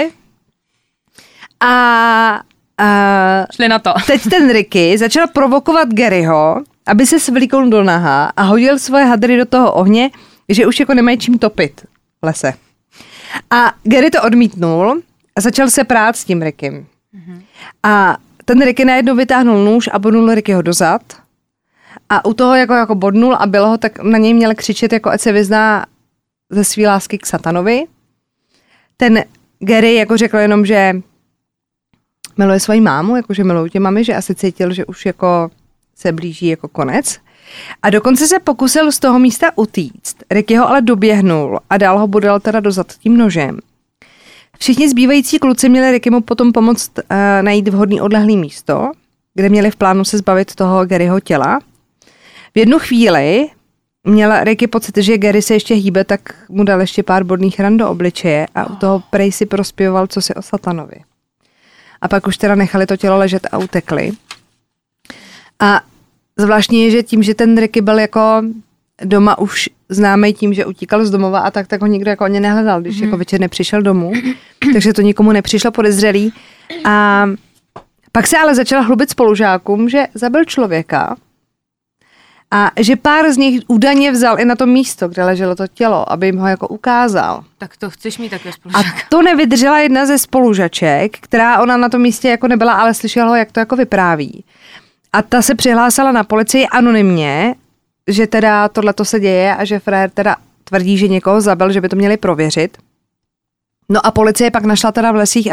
A šli na to. Teď ten Ricky začal provokovat Garyho, aby se svlíknul do naha a hodil svoje hadry do toho ohně, že už jako nemají čím topit v lese. A Gary to odmítnul a začal se prát s tím Rickym. A ten Ricky najednou vytáhnul nůž a bodnul Rickyho dozad. A u toho jako bodnul a bylo ho, tak na něj měl křičet, jako ať se vyzná ze svý lásky k satanovi. Ten Gary jako řekl jenom, že miluje svoji mámu, jakože miluju tě mami, že asi cítil, že už jako se blíží jako konec. A dokonce se pokusil z toho místa utíct. Ricky ho ale doběhnul a dál ho bodal teda dozad tím nožem. Všichni zbývající kluci měli Rickymu potom pomoct najít vhodný odlehlý místo, kde měli v plánu se zbavit toho Garyho těla. V jednu chvíli měl Ricky pocit, že Gary se ještě hýbe, tak mu dal ještě pár bodných ran do obličeje a u toho prej si prospěvoval cosi o satanovi. A pak už teda nechali to tělo ležet a utekli. A zvláštní je, že tím, že ten Ricky byl jako doma už známý tím, že utíkal z domova a tak ho nikdo jako ani nehledal, když jako večer nepřišel domů, takže to nikomu nepřišlo podezřelý. A pak se ale začal chlubit spolužákům, že zabil člověka a že pár z nich údajně vzal i na to místo, kde leželo to tělo, aby jim ho jako ukázal. Tak to chceš mít také spolužáka. A to nevydržela jedna ze spolužaček, která ona na tom místě jako nebyla, ale slyšela ho, jak to jako vypráví. A ta se přihlásila na policii anonymně, že teda tohleto se děje a že frér teda tvrdí, že někoho zabil, že by to měli prověřit. No a policie pak našla teda v lesích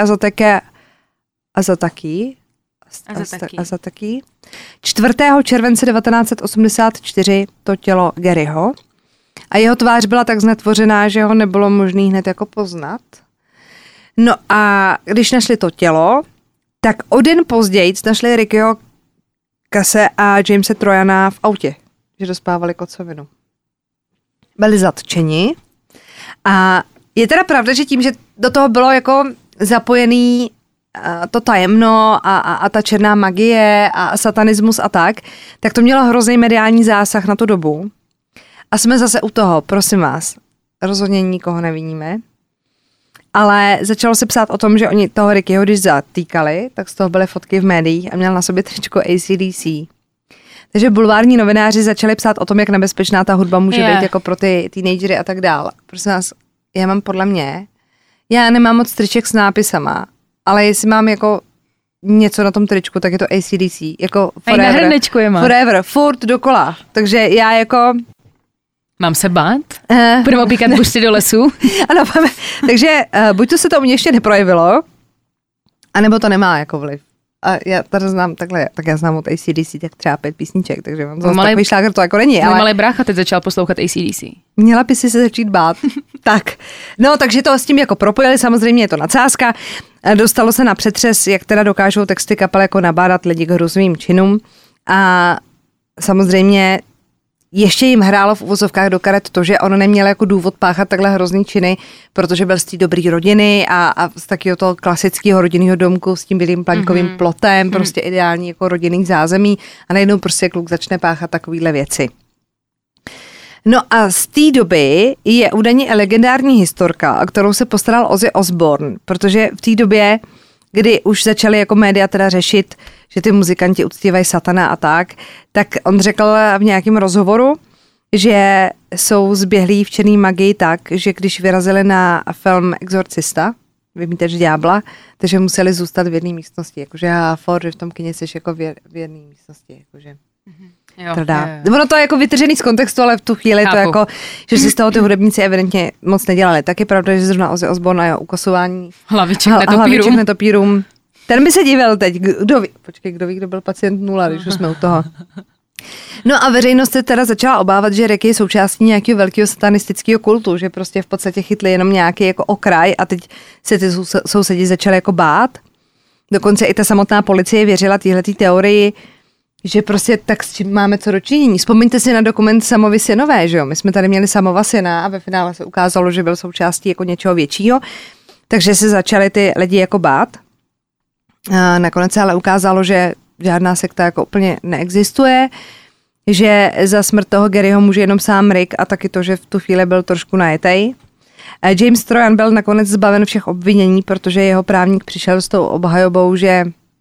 Azataky. 4. července 1984 to tělo Garyho a jeho tvář byla tak znetvořená, že ho nebylo možné hned jako poznat. No a když našli to tělo, tak o den později našli Rickyho Kasse a Jamese Troyana v autě, že dospávali kocovinu. Byli zatčeni a je teda pravda, že tím, že do toho bylo jako zapojený to tajemno a ta černá magie a satanismus a tak to mělo hrozný mediální zásah na tu dobu. A jsme zase u toho, prosím vás, rozhodně nikoho neviníme, ale začalo se psát o tom, že oni toho Rickyho, když zatýkali, tak z toho byly fotky v médiích a měl na sobě tričko AC/DC. Takže bulvární novináři začali psát o tom, jak nebezpečná ta hudba může být jako pro ty teenagery a tak dál. Prosím vás, já nemám moc triček s nápisama, ale jestli mám jako něco na tom tričku, tak je to AC/DC. Jako forever. Na hrnečku je má. Forever, furt dokola. Takže já jako... Mám se bát? Budeme opíkat bušty do lesu? Ano, takže buď to se to u mě ještě neprojevilo, anebo to nemá jako vliv. A já tady znám takhle, tak já znám od AC/DC tak třeba 5 písniček, takže mám zase takový šláger, to jako není. Ale malý brácha teď začal poslouchat AC/DC. Měla by si se začít bát. Tak, no takže to s tím jako propojili, samozřejmě je to nadsázka. Dostalo se na přetřes, jak teda dokážou texty kapel jako nabádat lidi k hrůzovým činům. A samozřejmě ještě jim hrálo v uvozovkách do karet to, že on neměl jako důvod páchat takhle hrozný činy, protože byl z té dobrý rodiny a z takového toho klasického rodinného domku s tím bílým plaňkovým plotem, prostě ideální jako rodinný zázemí a najednou prostě kluk začne páchat takovýhle věci. No a z té doby je údajně legendární historka, kterou se postaral Ozzy Osbourne, protože v té době, kdy už začali jako média teda řešit, že ty muzikanti uctívají satana a tak on řekl v nějakém rozhovoru, že jsou zběhlí v černý magii tak, že když vyrazili na film Exorcista vymítač ďábla, takže museli zůstat v jedné místnosti. Jakože já Ford, že v tom kyně jsi jako v jedné místnosti. Jakože. Jo. Ono to je jako vytržený z kontextu, ale v tu chvíli to jako, že si z toho ty hudebníci evidentně moc nedělali. Tak je pravda, že zrovna Ozzy Osbourne a jeho ukosování hlaviček netopírům. Ten by se divil teď. Kdo ví, kdo byl pacient 0, když už jsme u toho. No a veřejnost se teda začala obávat, že Ricky je součástí nějakého velkého satanistického kultu, že prostě v podstatě chytli jenom nějaký jako okraj a teď se ty sousedi začali jako bát. Dokonce i ta samotná policie věřila téhletý teorii, že prostě tak s čím máme co dočinění. Vzpomeňte si na dokument Samovy synové, že jo? My jsme tady měli Samova syna a ve finále se ukázalo, že byl součástí jako něčeho většího, takže se začaly ty lidi jako bát. A nakonec se ale ukázalo, že žádná sekta jako úplně neexistuje, že za smrt toho Garyho může jenom sám Rick a taky to, že v tu chvíli byl trošku najetej. James Trojan byl nakonec zbaven všech obvinění, protože jeho právník přišel s tou obhajobou, že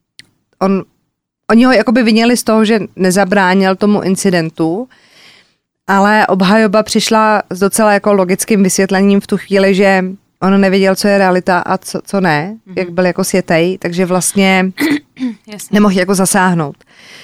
oni ho jakoby vinili z toho, že nezabránil tomu incidentu, ale obhajoba přišla s docela jako logickým vysvětlením v tu chvíli, že on nevěděl, co je realita a co ne, jak byl jako světej, takže vlastně nemohl jako zasáhnout.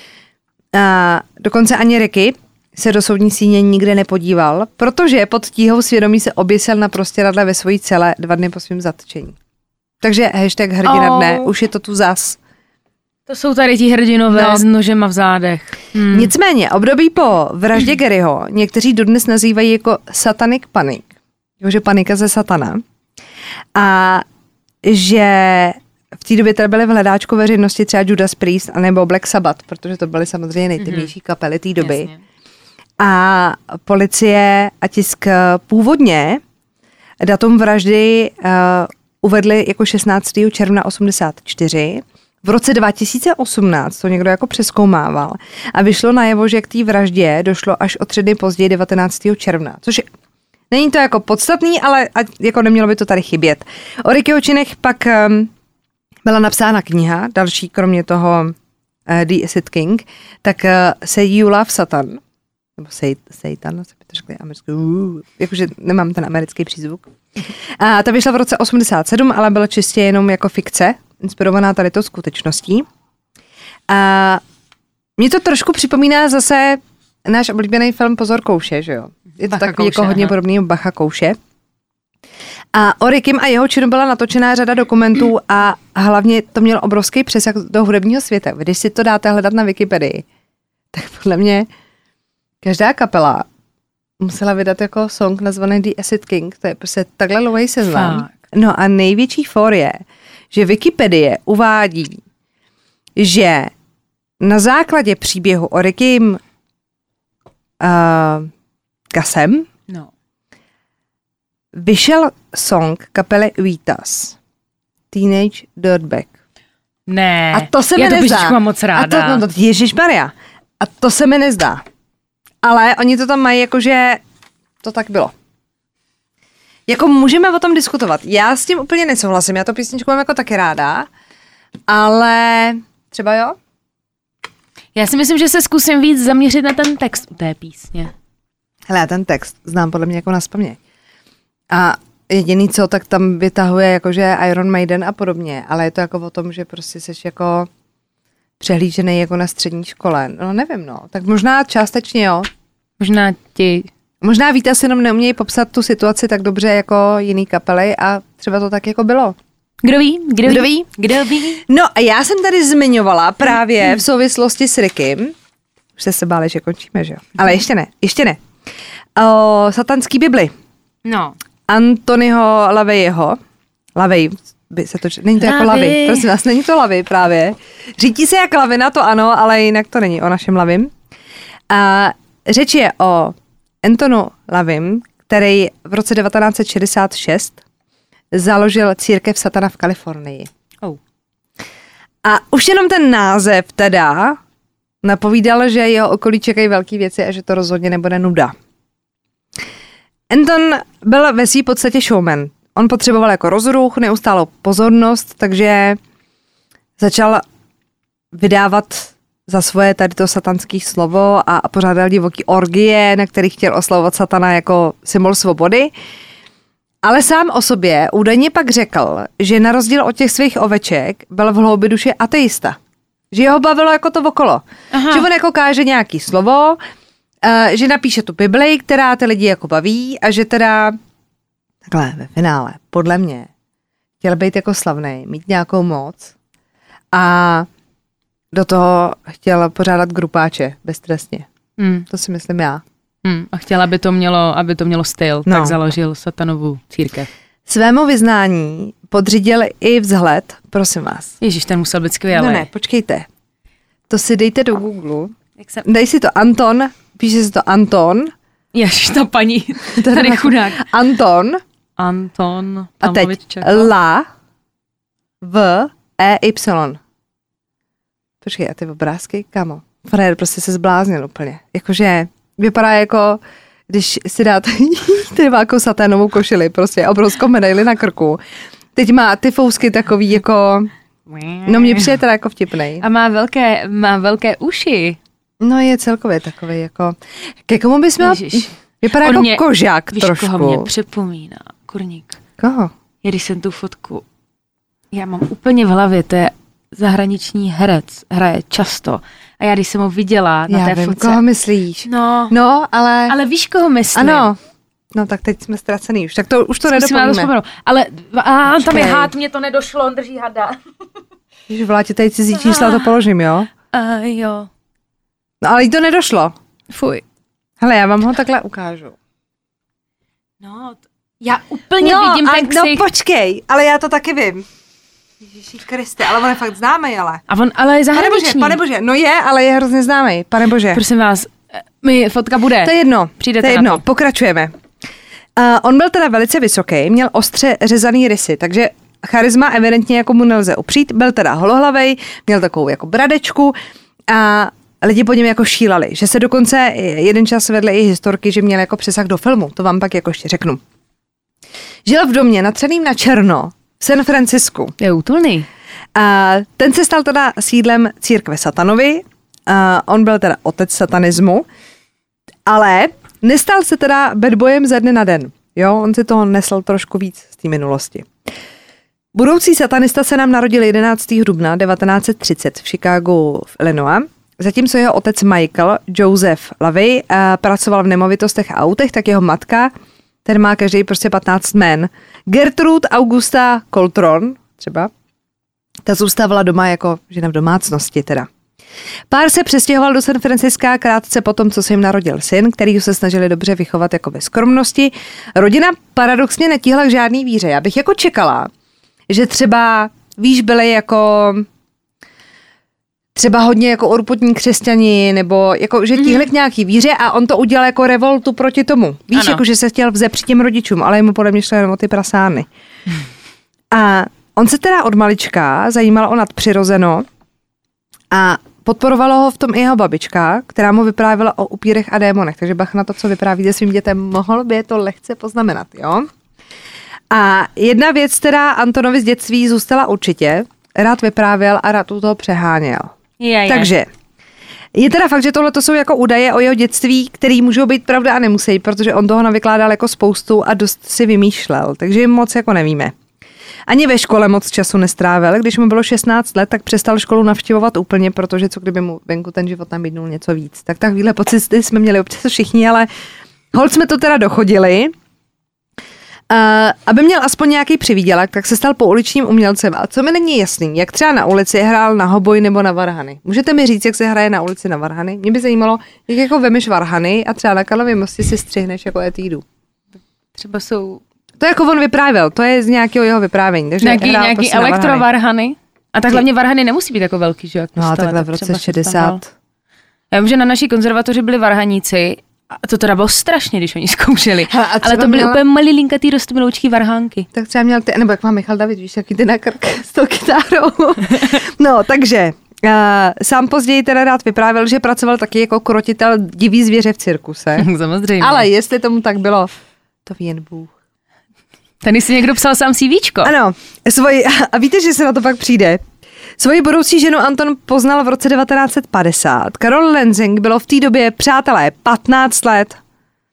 A dokonce ani Ricky se do soudní síně nikde nepodíval, protože pod tíhou svědomí se oběsil na prostěradle ve svojí cele 2 dny po svém zatčení. Takže hashtag hrdina dne, už je to tu zas. To jsou tady ti hrdinové s nožema v zádech. Nicméně, období po vraždě Garyho někteří dodnes nazývají jako satanic panic, že panika ze satana. A že v té době tady byly v hledáčku veřejnosti třeba Judas Priest anebo Black Sabbath, protože to byly samozřejmě nejtemnější kapely té doby. Jasně. A policie a tisk původně datum vraždy uvedli jako 16. června 84. V roce 2018 to někdo jako přezkoumával a vyšlo najevo, že k té vraždě došlo až o 3 dny později 19. června, což není to jako podstatný, ale jako nemělo by to tady chybět. O Rickyho činech pak byla napsána kniha, další kromě toho The Acid King, tak Say You Love Satan, nebo Satan, se by to řekli americky, jakože nemám ten americký přízvuk. A ta vyšla v roce 87, ale byla čistě jenom jako fikce, inspirovaná tady to skutečností. A mě to trošku připomíná zase náš oblíbený film Pozor kouše, že jo? Je to takový jako hodně podobný Bacha kouše. A o Rickym a jeho činu byla natočená řada dokumentů a hlavně to mělo obrovský přesah do hudebního světa. Když si to dáte hledat na Wikipedii, tak podle mě každá kapela musela vydat jako song nazvaný The Acid King. To je prostě takhle dlouhý seznam. No a největší fór je, že Wikipedie uvádí, že na základě příběhu o Rickym Gasem vyšel song kapely Vitas Teenage Dirtbag. Ne, a to se mi nezdá. Mám moc ráda. Ježišmarja. A to se mi nezdá. Ale oni to tam mají jakože to tak bylo. Jako můžeme o tom diskutovat. Já s tím úplně nesouhlasím. Já to písničku mám jako taky ráda. Ale třeba jo? Já si myslím, že se zkusím víc zaměřit na ten text u té písně. Hele, já ten text znám podle mě jako naspaměť. A jediný co, tak tam vytahuje jakože Iron Maiden a podobně, ale je to jako o tom, že prostě seš jako přehlížený jako na střední škole. No nevím, no. Tak možná částečně jo. Možná Vítas jenom neumějí popsat tu situaci tak dobře jako jiný kapely a třeba to tak jako bylo. Kdo ví? No a já jsem tady zmiňovala právě v souvislosti s Rickym. Už jste se báli, že končíme, že jo? Ale ještě ne. O satanský Bibli. No. Antonyho Laveyho. Lavey, by se to... Není to jako Lavey, prosím vás, není to Lavey právě. Řítí se jak lavina, to ano, ale jinak to není o našem Lavim. A řeč je o Antonu Lavim, který v roce 1966 založil církev satana v Kalifornii. A už jenom ten název teda napovídal, že jeho okolí čekají velké věci a že to rozhodně nebude nuda. Anton byl ve své podstatě showman. On potřeboval jako rozruch, neustálou pozornost, takže začal vydávat za svoje tady to satanské slovo a pořádal divoký orgie, na kterých chtěl oslavovat satana jako symbol svobody. Ale sám o sobě údajně pak řekl, že na rozdíl od těch svých oveček byl v hloubi duše ateista. Že jeho bavilo jako to okolo. Aha. Že on jako káže nějaký slovo, že napíše tu Bibli, která ty lidi jako baví a že teda takhle ve finále, podle mě, chtěl být jako slavnej, mít nějakou moc a do toho chtěl pořádat grupáče beztrestně. To si myslím já. A chtěl, aby to mělo styl, tak založil satanovu církev. Svému vyznání podřídil i vzhled, prosím vás. Ježíš, ten musel být skvělý. No ne, počkejte. To si dejte do Google. Dej si to Anton, píše si to Anton. Ježiš, ta paní, tady chudák. Anton. A teď La V E Y. Počkej, a ty obrázky, kamo. Frér prostě se zbláznil úplně. Jakože vypadá jako, když si dáte nějakou saténovou košili, prostě obrovskou medaili na krku. Teď má ty fousky takový jako, no mně přijde teda jako vtipnej. A má velké uši. No je celkově takový jako, ke komu bys měl, vypadá jako kožák trošku. Víš, koho mě připomíná, kurník. Koho? Když jsem tu fotku, já mám úplně v hlavě, to je zahraniční herec, hraje často. A já když jsem ho viděla na té fotce. Koho myslíš? No, ale... Ale víš, koho myslím? Ano. No tak teď jsme ztracený už. Tak to už to nedopovíme. Ale tam je hád, mě to nedošlo, on drží hada. Když vlátě tady cizí čísla to položím, jo? Jo. No ale jí to nedošlo. Fuj. Hele, já vám ho takhle ukážu. No, já úplně vidím ten ksich. No počkej, ale já to taky vím. Ježíši Kriste, ale on je fakt známej, ale. A on ale je zahraniční. Pane bože, no je, ale je hrozně známej, pane bože. Prosím vás, mi fotka bude. To je jedno, Přijdete to je jedno, pokračujeme. On byl teda velice vysoký, měl ostře řezaný rysy, takže charisma evidentně jako mu nelze upřít, byl teda holohlavej, měl takovou jako bradečku a lidi po něm jako šílali, že se dokonce jeden čas vedly i historky, že měl jako přesah do filmu, to vám pak jako ještě řeknu. Žil v domě natřeným na černo v San Francisku. Je útulný. A ten se stal teda sídlem církve Satanovi. On byl teda otec satanismu, ale nestal se teda bad boyem ze dne na den. Jo, on si toho nesl trošku víc z té minulosti. Budoucí satanista se nám narodil 11. dubna 1930 v Chicagu v Illinois. Zatímco jeho otec Michael Joseph Lavey pracoval v nemovitostech a autech, tak jeho matka, ten má každý prostě 15 jmen. Gertrude Augusta Coltron třeba, ta zůstávala doma jako žena v domácnosti teda. Pár se přestěhoval do San Francisca krátce potom, co se jim narodil syn, který se snažili dobře vychovat jako ve skromnosti. Rodina paradoxně netíhla k žádný víře. Já bych jako čekala, že třeba, víš, byli jako třeba hodně jako urputní křesťani, nebo jako, že tíhli k nějaký víře a on to udělal jako revoltu proti tomu. Víš, jako, že se chtěl vzepřít těm rodičům, ale jemu podle mě šlo jenom o ty prasány. A on se teda od malička zajímal o nadpřirozeno a podporovalo ho v tom i jeho babička, která mu vyprávěla o upírech a démonech, takže bach na to, co vyprávíte svým dětem, mohl by je to lehce poznamenat, jo? A jedna věc, teda Antonovi z dětství zůstala určitě, rád vyprávěl a rád u toho přeháněl. Takže je teda fakt, že tohle to jsou jako údaje o jeho dětství, který můžou být pravda a nemusí, protože on toho navykládal jako spoustu a dost si vymýšlel, takže moc jako nevíme. Ani ve škole moc času nestrávil, když mu bylo 16 let, tak přestal školu navštěvovat úplně, protože co kdyby mu venku ten život nabídnul něco víc. Tak takovýhle pocity jsme měli občas všichni, ale holt jsme to teda dochodili. Aby měl aspoň nějaký přivídělek, tak se stal pouličním umělcem. A co mi není jasný, jak třeba na ulici hrál na hoboj nebo na varhany. Můžete mi říct, jak se hraje na ulici na varhany? Mě by zajímalo, jak jako vemeš varhany a třeba na Karlově mostě si střihneš jako etídu. Třeba jsou... To jako on vyprávěl, to je z nějakého jeho vyprávění. Takže nějaký prostě elektrovarhany. A tak hlavně varhany nemusí být jako velký, že? No a takhle v roce 60. Já vím, že na naší konzervatoři byli varhaníci. A to teda bylo strašně, když oni zkoušeli. Ale to byly úplně malilinkatý rostmiloučký varhánky. Tak třeba měl ty, nebo jak má Michal David, víš, jaký ty na krk s tou kytárou. No, takže sám později teda rád vyprávěl, že pracoval taky jako krotitel divý zvěře v cirkuse. Samozřejmě. Ale jestli tomu tak bylo, to ví jen Bůh. Tady si někdo psal sám CVčko. Ano, a víte, že se na to pak přijde. Svoji budoucí ženu Anton poznal v roce 1950. Carol Lansing bylo v té době, přátelé, 15 let.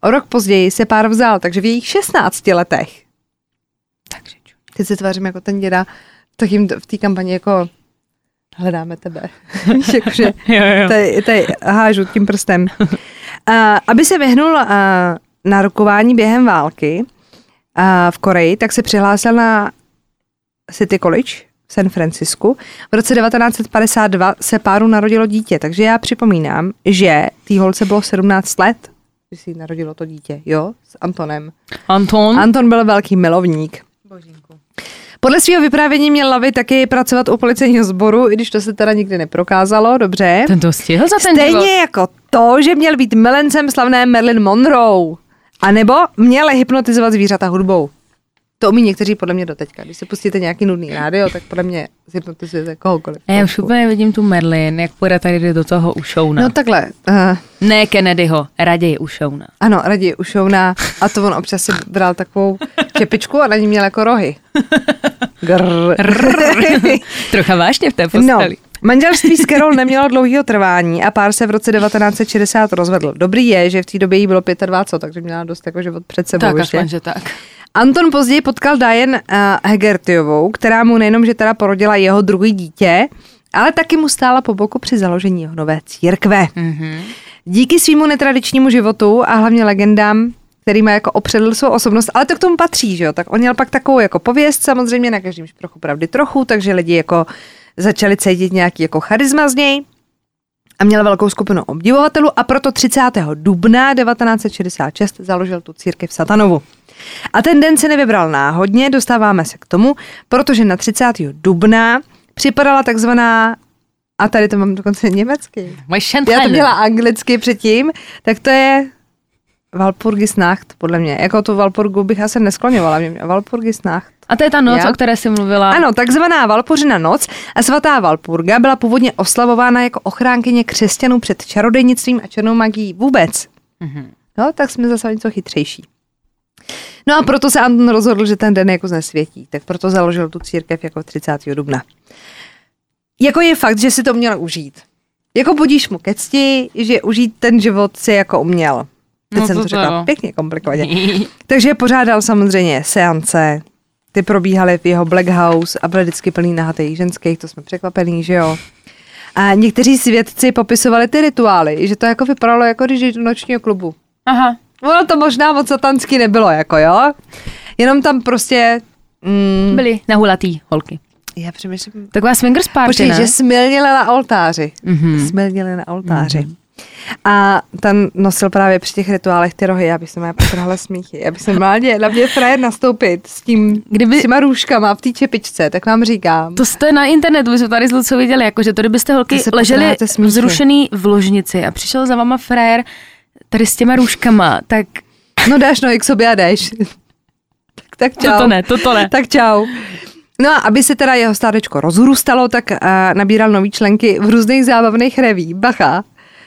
O rok později se pár vzal, takže v jejich 16 letech. Takže Teď se tvářím jako ten děda v té kampani jako hledáme tebe. Jakože tady hážu tím prstem. Aby se vyhnul nárokování během války v Koreji, tak se přihlásil na City College v San Francisku. V roce 1952 se páru narodilo dítě, takže já připomínám, že té holce bylo 17 let, když si narodilo to dítě, jo, s Antonem. Anton byl velký milovník. Božínku. Podle svého vyprávění měl Lavy taky pracovat u policejního sboru, i když to se teda nikdy neprokázalo, dobře. Ten to stihl za ten Stejně život. jako to, že měl být milencem slavné Marilyn Monroe. A nebo měl hypnotizovat zvířata hudbou. To umí někteří podle mě doteďka. Když si pustíte nějaký nudný rádio, tak podle mě hypnotizujete kohokoliv. A já už úplně vidím tu Marilyn, jak půjde tady do toho ušouna. No takhle. Ne Kennedyho, raději ušouna. Ano, raději ušouna. A to on občas si bral takovou čepičku a na ní měl jako rohy. Trocha vážně v té No, posteli. manželství s Carol nemělo dlouhého trvání a pár se v roce 1960 rozvedl. Dobrý je, že v té době jí bylo 25, takže měla dost jako život před sebou. Tak, ještě. aspoň, že tak. Anton později potkal Diane Hegertyovou, která mu nejenom, že teda porodila jeho druhý dítě, ale taky mu stála po boku při založení jeho nové církve. Mm-hmm. Díky svýmu netradičnímu životu a hlavně legendám, který má jako opředl svou osobnost, ale to k tomu patří, že jo, tak on měl pak takovou jako pověst, samozřejmě na každém šprochu pravdy trochu, takže lidi jako začali cítit nějaký jako charisma z něj a měl velkou skupinu obdivovatelů a proto 30. dubna 1966 založil tu církev Satanovu. A ten den se nevybral náhodně, dostáváme se k tomu, protože na 30. dubna připadala takzvaná, a tady to mám dokonce německy, já to měla anglicky předtím, tak to je Walpurgisnacht, podle mě. Jako tu Walpurgu bych asi neskloňovala. Walpurgisnacht. A to je ta noc, o které jsi mluvila. Ano, takzvaná Walpurgina noc a svatá Walpurga byla původně oslavována jako ochránkyně křesťanů před čarodejnictvím a černou magií vůbec. Mm-hmm. No, tak jsme zase něco chytřejší. No a proto se Anton rozhodl, že ten den jako znesvětí. Tak proto založil tu církev jako 30. dubna. Jako je fakt, že si to měl užít. Jako budíš mu ke cti, že užít ten život si jako uměl. Teď jsem to řekla pěkně komplikovaně. Takže pořádal samozřejmě seance, ty probíhaly v jeho Black House a byly vždycky plný nahatých ženských, to jsme překvapení, že jo. A někteří svědci popisovali ty rituály, že to jako vypadalo, jako když jde do nočního klubu. Aha. Ono to možná moc satanský nebylo, jako jo. Jenom tam prostě... Byly nahulatý holky. Já přemýšlím... Taková swingers party, Počkej, ne? že smilnili na oltáři. Mm-hmm. Smilnili na oltáři. Mm-hmm. A ten nosil právě při těch rituálech ty rohy, já bych se měla potrhla smíchy. Já bych se měla na mě frajer nastoupit s těma růžkama v té čepičce, tak vám říkám. To jste na internetu, vy jsme tady z Lucou viděli, jakože to kdybyste holky leželi vzrušený v ložnici a přišel za váma frajer tady s těma růžkama, tak... No dáš nohy k sobě a jdeš. tak čau. Toto ne. Tak čau. No a aby se teda jeho stádečko rozrůstalo, tak nabíral nový členky v různých zábavných reví. Bacha.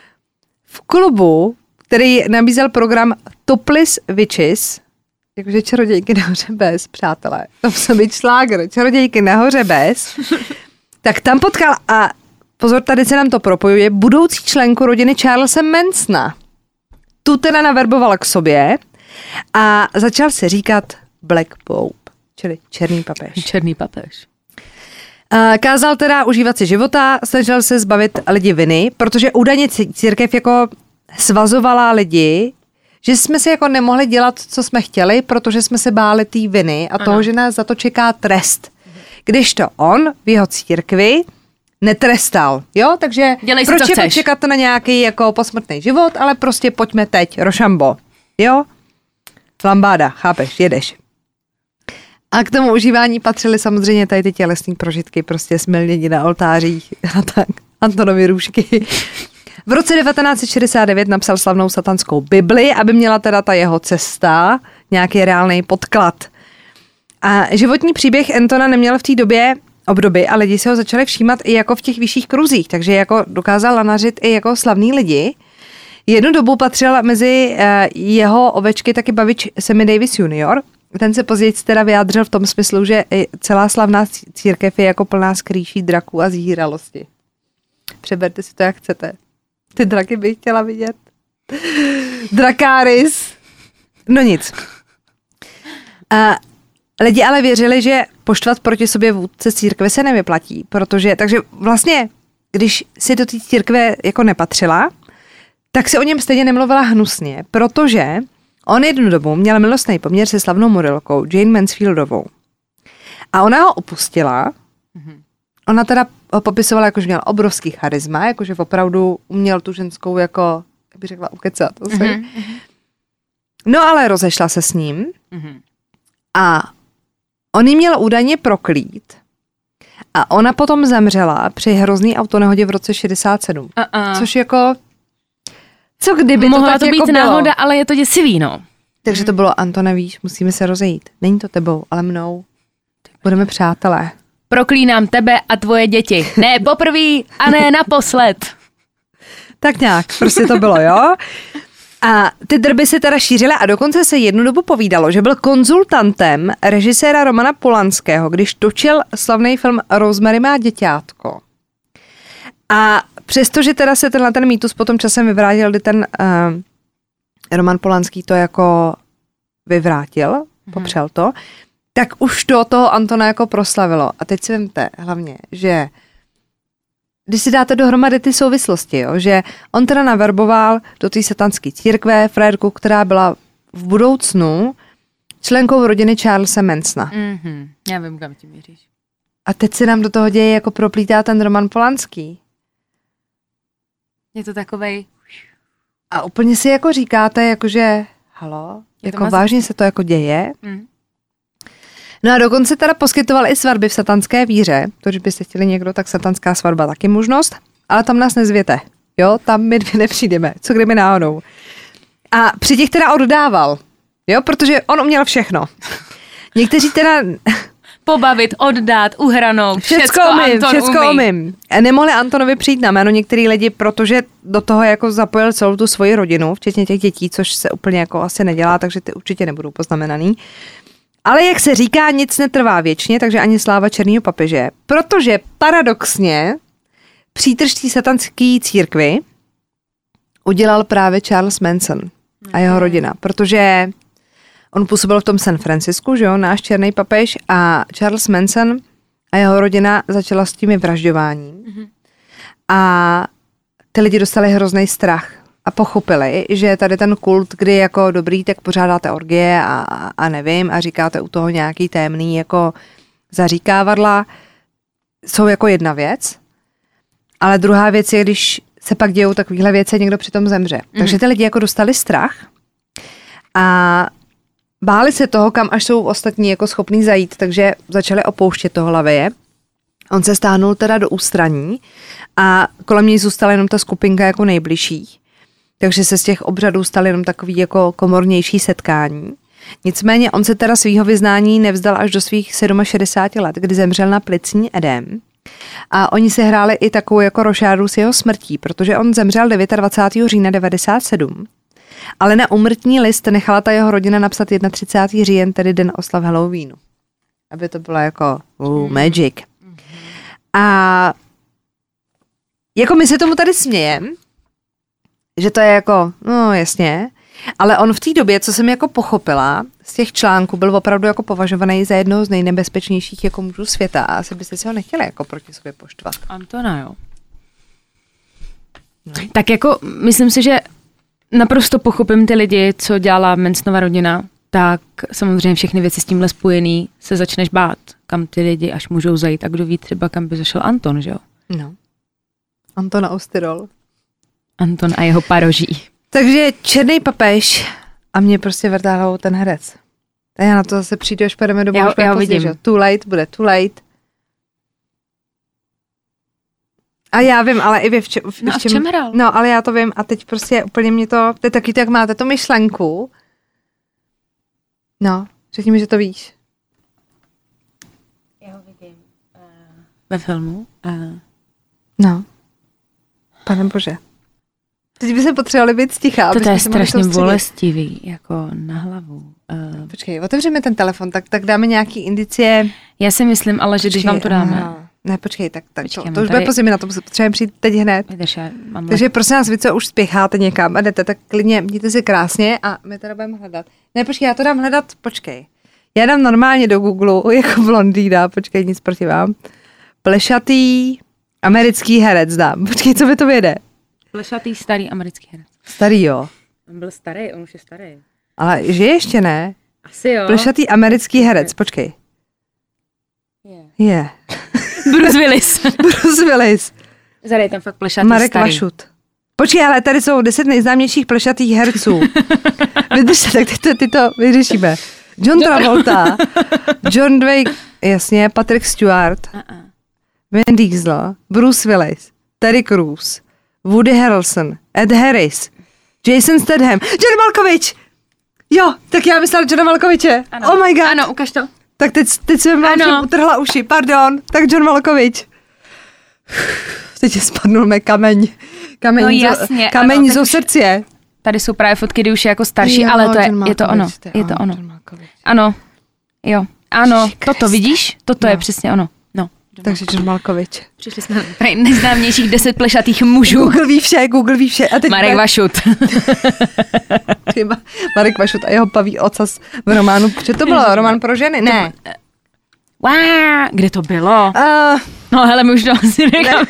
V klubu, který nabízel program Topless Witches, jakože čarodějky nahoře bez, přátelé, to musel být šlágr, čarodějky nahoře bez, tak tam potkal, a pozor, tady se nám to propojuje, budoucí členku rodiny Charlesa Mansona. Tu teda naverbovala k sobě a začal se říkat Black Pope, čili černý papež. Černý papež. Kázal teda užívat si života, snažil se zbavit lidi viny, protože údajně církev jako svazovala lidi, že jsme si jako nemohli dělat, co jsme chtěli, protože jsme se báli té viny a toho, že nás za to čeká trest. Kdežto on v jeho církvi netrestal, jo, takže dělej proč si, je čekat na nějaký jako posmrtný život, ale prostě pojďme teď, Rošambo, jo, lambáda, chápeš, jedeš. A k tomu užívání patřily samozřejmě tady ty tělesné prožitky, prostě smilnění na oltářích a tak, Antonovy růžky. V roce 1969 napsal slavnou satanskou Bibli, aby měla teda ta jeho cesta nějaký reálný podklad. A životní příběh Antona neměl v té době obdoby a lidi se ho začali všímat i jako v těch vyšších kruzích, takže jako dokázal lanařit i jako slavný lidi. Jednu dobu patřil mezi jeho ovečky taky bavič Sammy Davis Jr., ten se později teda vyjádřil v tom smyslu, že celá slavná církev je jako plná skrýší draků a zhýralosti. Přeberte si to, jak chcete. Ty draky bych chtěla vidět. Drakáris. No nic. Lidi ale věřili, že poštvat proti sobě vůdce církve se nevyplatí, takže vlastně, když si do té církve jako nepatřila, tak si o něm stejně nemluvila hnusně, protože on jednu dobu měl milostný poměr se slavnou modelkou Jane Mansfieldovou. A ona ho opustila. Ona teda ho popisovala, jakože měl obrovský charisma, jakože opravdu uměl tu ženskou jako, jak bych řekla, ukecat. No ale rozešla se s ním a on jí měl údajně proklít a ona potom zemřela při hrozný autonehodě v roce 67. Což jako, co kdyby mohla to tak to být jako náhoda, bylo. ale je to děsivý, no. Takže to bylo, Antone, víš, musíme se rozejít. Není to tebou, ale mnou. Budeme přátelé. Proklínám tebe a tvoje děti. Ne poprvý a ne naposled. Tak nějak, prostě to bylo, jo? A ty drby se teda šířily a dokonce se jednu dobu povídalo, že byl konzultantem režiséra Romana Polanského, když točil slavný film Rosemary má děťátko. A přestože teda se ten mýtus potom časem vyvrátil, kdy ten Roman Polanský to jako vyvrátil, popřel to, tak už to toho Antona jako proslavilo. A teď si vemte hlavně, že když si dáte dohromady ty souvislosti, jo, že on teda naverboval do té satanské církve frajerku, která byla v budoucnu členkou rodiny Charlesa Mansona. Já vím, kam ti míříš. A teď se nám do toho děje jako proplítá ten Roman Polanský. Je to takovej... A úplně si jako říkáte, jakože halo, jako vážně se to jako děje. No a dokonce teda poskytoval i svatby v satanské víře, protože byste chtěli někdo, tak satanská svatba taky možnost, ale tam nás nezvěte, jo, tam my dvě nepřijdeme, co kdyby náhodou. A při těch teda oddával, jo, protože on uměl všechno. Někteří teda... Pobavit, oddát, uhranout, všecko umím. Nemohli Antonovi přijít na jméno některý lidi, protože do toho jako zapojil celou tu svoji rodinu, včetně těch dětí, což se úplně jako asi nedělá, takže ty určitě nebudou poznamenaný. Ale jak se říká, nic netrvá věčně, takže ani sláva černýho papeže, protože paradoxně přítrž té satanské církvy udělal právě Charles Manson a jeho rodina, protože on působil v tom San Francisku, že jo, náš černý papež, a Charles Manson a jeho rodina začala s tím vražďováním. A ty lidi dostali hrozný strach a pochopili, že tady ten kult, kdy jako dobrý, tak pořádáte orgie a nevím, a říkáte u toho nějaký témný jako zaříkávadla, jsou jako jedna věc, ale druhá věc je, když se pak dějou takovýhle věci, někdo přitom zemře. Takže ty lidi jako dostali strach a báli se toho, kam až jsou ostatní jako schopní zajít, takže začali opouštět toho laveje. On se stáhnul teda do ústraní a kolem něj zůstala jenom ta skupinka jako nejbližších. Takže se z těch obřadů staly jenom takový jako komornější setkání. Nicméně on se teda svýho vyznání nevzdal až do svých 67 let, kdy zemřel na plicní edém. A oni se hráli i takovou jako rošádu s jeho smrtí, protože on zemřel 29. října 97. Ale na úmrtní list nechala ta jeho rodina napsat 31. říjen, tedy den oslav Halloweenu. Aby to bylo jako magic. A jako my se tomu tady smějem, že to je jako, no jasně, ale on v té době, co jsem jako pochopila, z těch článků byl opravdu jako považovaný za jednoho z nejnebezpečnějších jako mužů světa a asi byste si ho nechtěli jako proti sobě poštvat. Antona, jo. No. Tak jako, myslím si, že naprosto pochopím ty lidi, co dělala Mansonova rodina, tak samozřejmě všechny věci s tímhle spojený se začneš bát, kam ty lidi až můžou zajít a kdo ví třeba, kam by zašel Anton, že jo? No. Anton Austyrol. Anton a jeho paroží. Takže černý papež a mě prostě vrtá hlavou ten herec. A já na to zase přijdu, až půjdeme domů. Já ho vidím. Že? Too late, bude too late. A já vím, ale i vy v čem hrál? No, ale já to vím a teď prostě úplně mě to je taky to, jak máte tu myšlenku. No, řekni mi, že to víš. Já ho vidím ve filmu. No. Panebože. Teď by se potřebovali být sticha. To je strašně bolestivý, jako na hlavu. Počkej, otevřeme ten telefon, tak dáme nějaký indicie. Já si myslím, ale že když vám to dáme. Ne, počkej, tak Počkej, to už bude pozdě, my na to potřebujeme přijít teď hned. Vydrž, já mám Takže prosím vás, vy co už spěcháte někam a jdete, tak klidně mějte si krásně a my teda budeme hledat. Ne, počkej, já to dám hledat, počkej. Já dám normálně do Google jako blondýna, počkej, nic proti vám. Plešatý americký herec dám. Počkej, co mi to vyjde? plešatý starý americký herec. Starý, jo. On byl starý, on už je starý. Ale že ještě ne. Asi jo. Plešatý americký herec, počkej. Je. Bruce Willis. Bruce Willis. Zadej tam fakt plešatý Marek starý. Vašut. Počkej, ale tady jsou 10 nejznámějších plešatých herců. Vydržte, tak ty to vyřešíme. John Travolta, John Dwayne, jasně, Patrick Stewart, Vin Diesel, Bruce Willis, Terry Crews, Woody Harrelson, Ed Harris, Jason Statham, John Malkovich! Jo, tak já myslela Johna Malkoviče. Ano. Oh my god. Ano, ukaž to. Tak teď jsem vám všem utrhla uši, pardon. Tak John Malkovich. Teď je spadnul mé kameň. No jasně, Kameň ano, zo srdce. Tady jsou právě fotky, kdy už je jako starší, Jo, ale to je John to ono. Malkovich, Je to ono. John Malkovich. Ano, jo, ano, Ježiši toto Kriste. vidíš? Toto je přesně ono. No. Takže John Malkovich. Přišli jsme na nejznámějších 10 plešatých mužů. Google ví vše. A teď Marek Vašut. Marek Vašut a jeho paví ocas v románu. Že to bylo román pro ženy? Ne. Wow, kde to bylo? Uh, No hele, my už to asi necháme.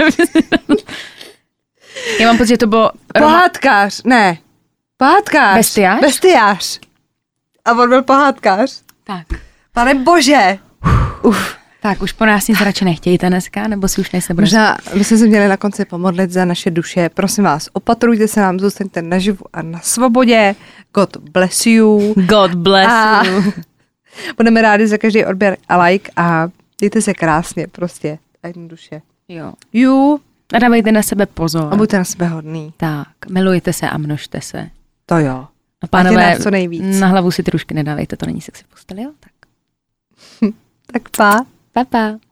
Já mám pocit, že to bylo pohádkář. Ne. Pohádkář. Bestiář? Bestiář. A on byl pohádkář. Tak. Pane bože. Tak, už po nás nic radši nechtějte dneska, nebo si už nejste budeme. Možná bychom se měli na konci pomodlit za naše duše. Prosím vás, opatrujte se nám, zůstaňte naživu a na svobodě. God bless you. God bless you. Budeme rádi za každý odběr a like a dejte se krásně prostě. A jednu duše. Jo. You. A dávejte na sebe pozor. A buďte na sebe hodný. Tak, milujte se a množte se. To jo. A pánové, nás co nejvíc. na hlavu si ty rušky nedávejte, to není sexy v posteli, jo? Tak. Tak pa. Pa, pa.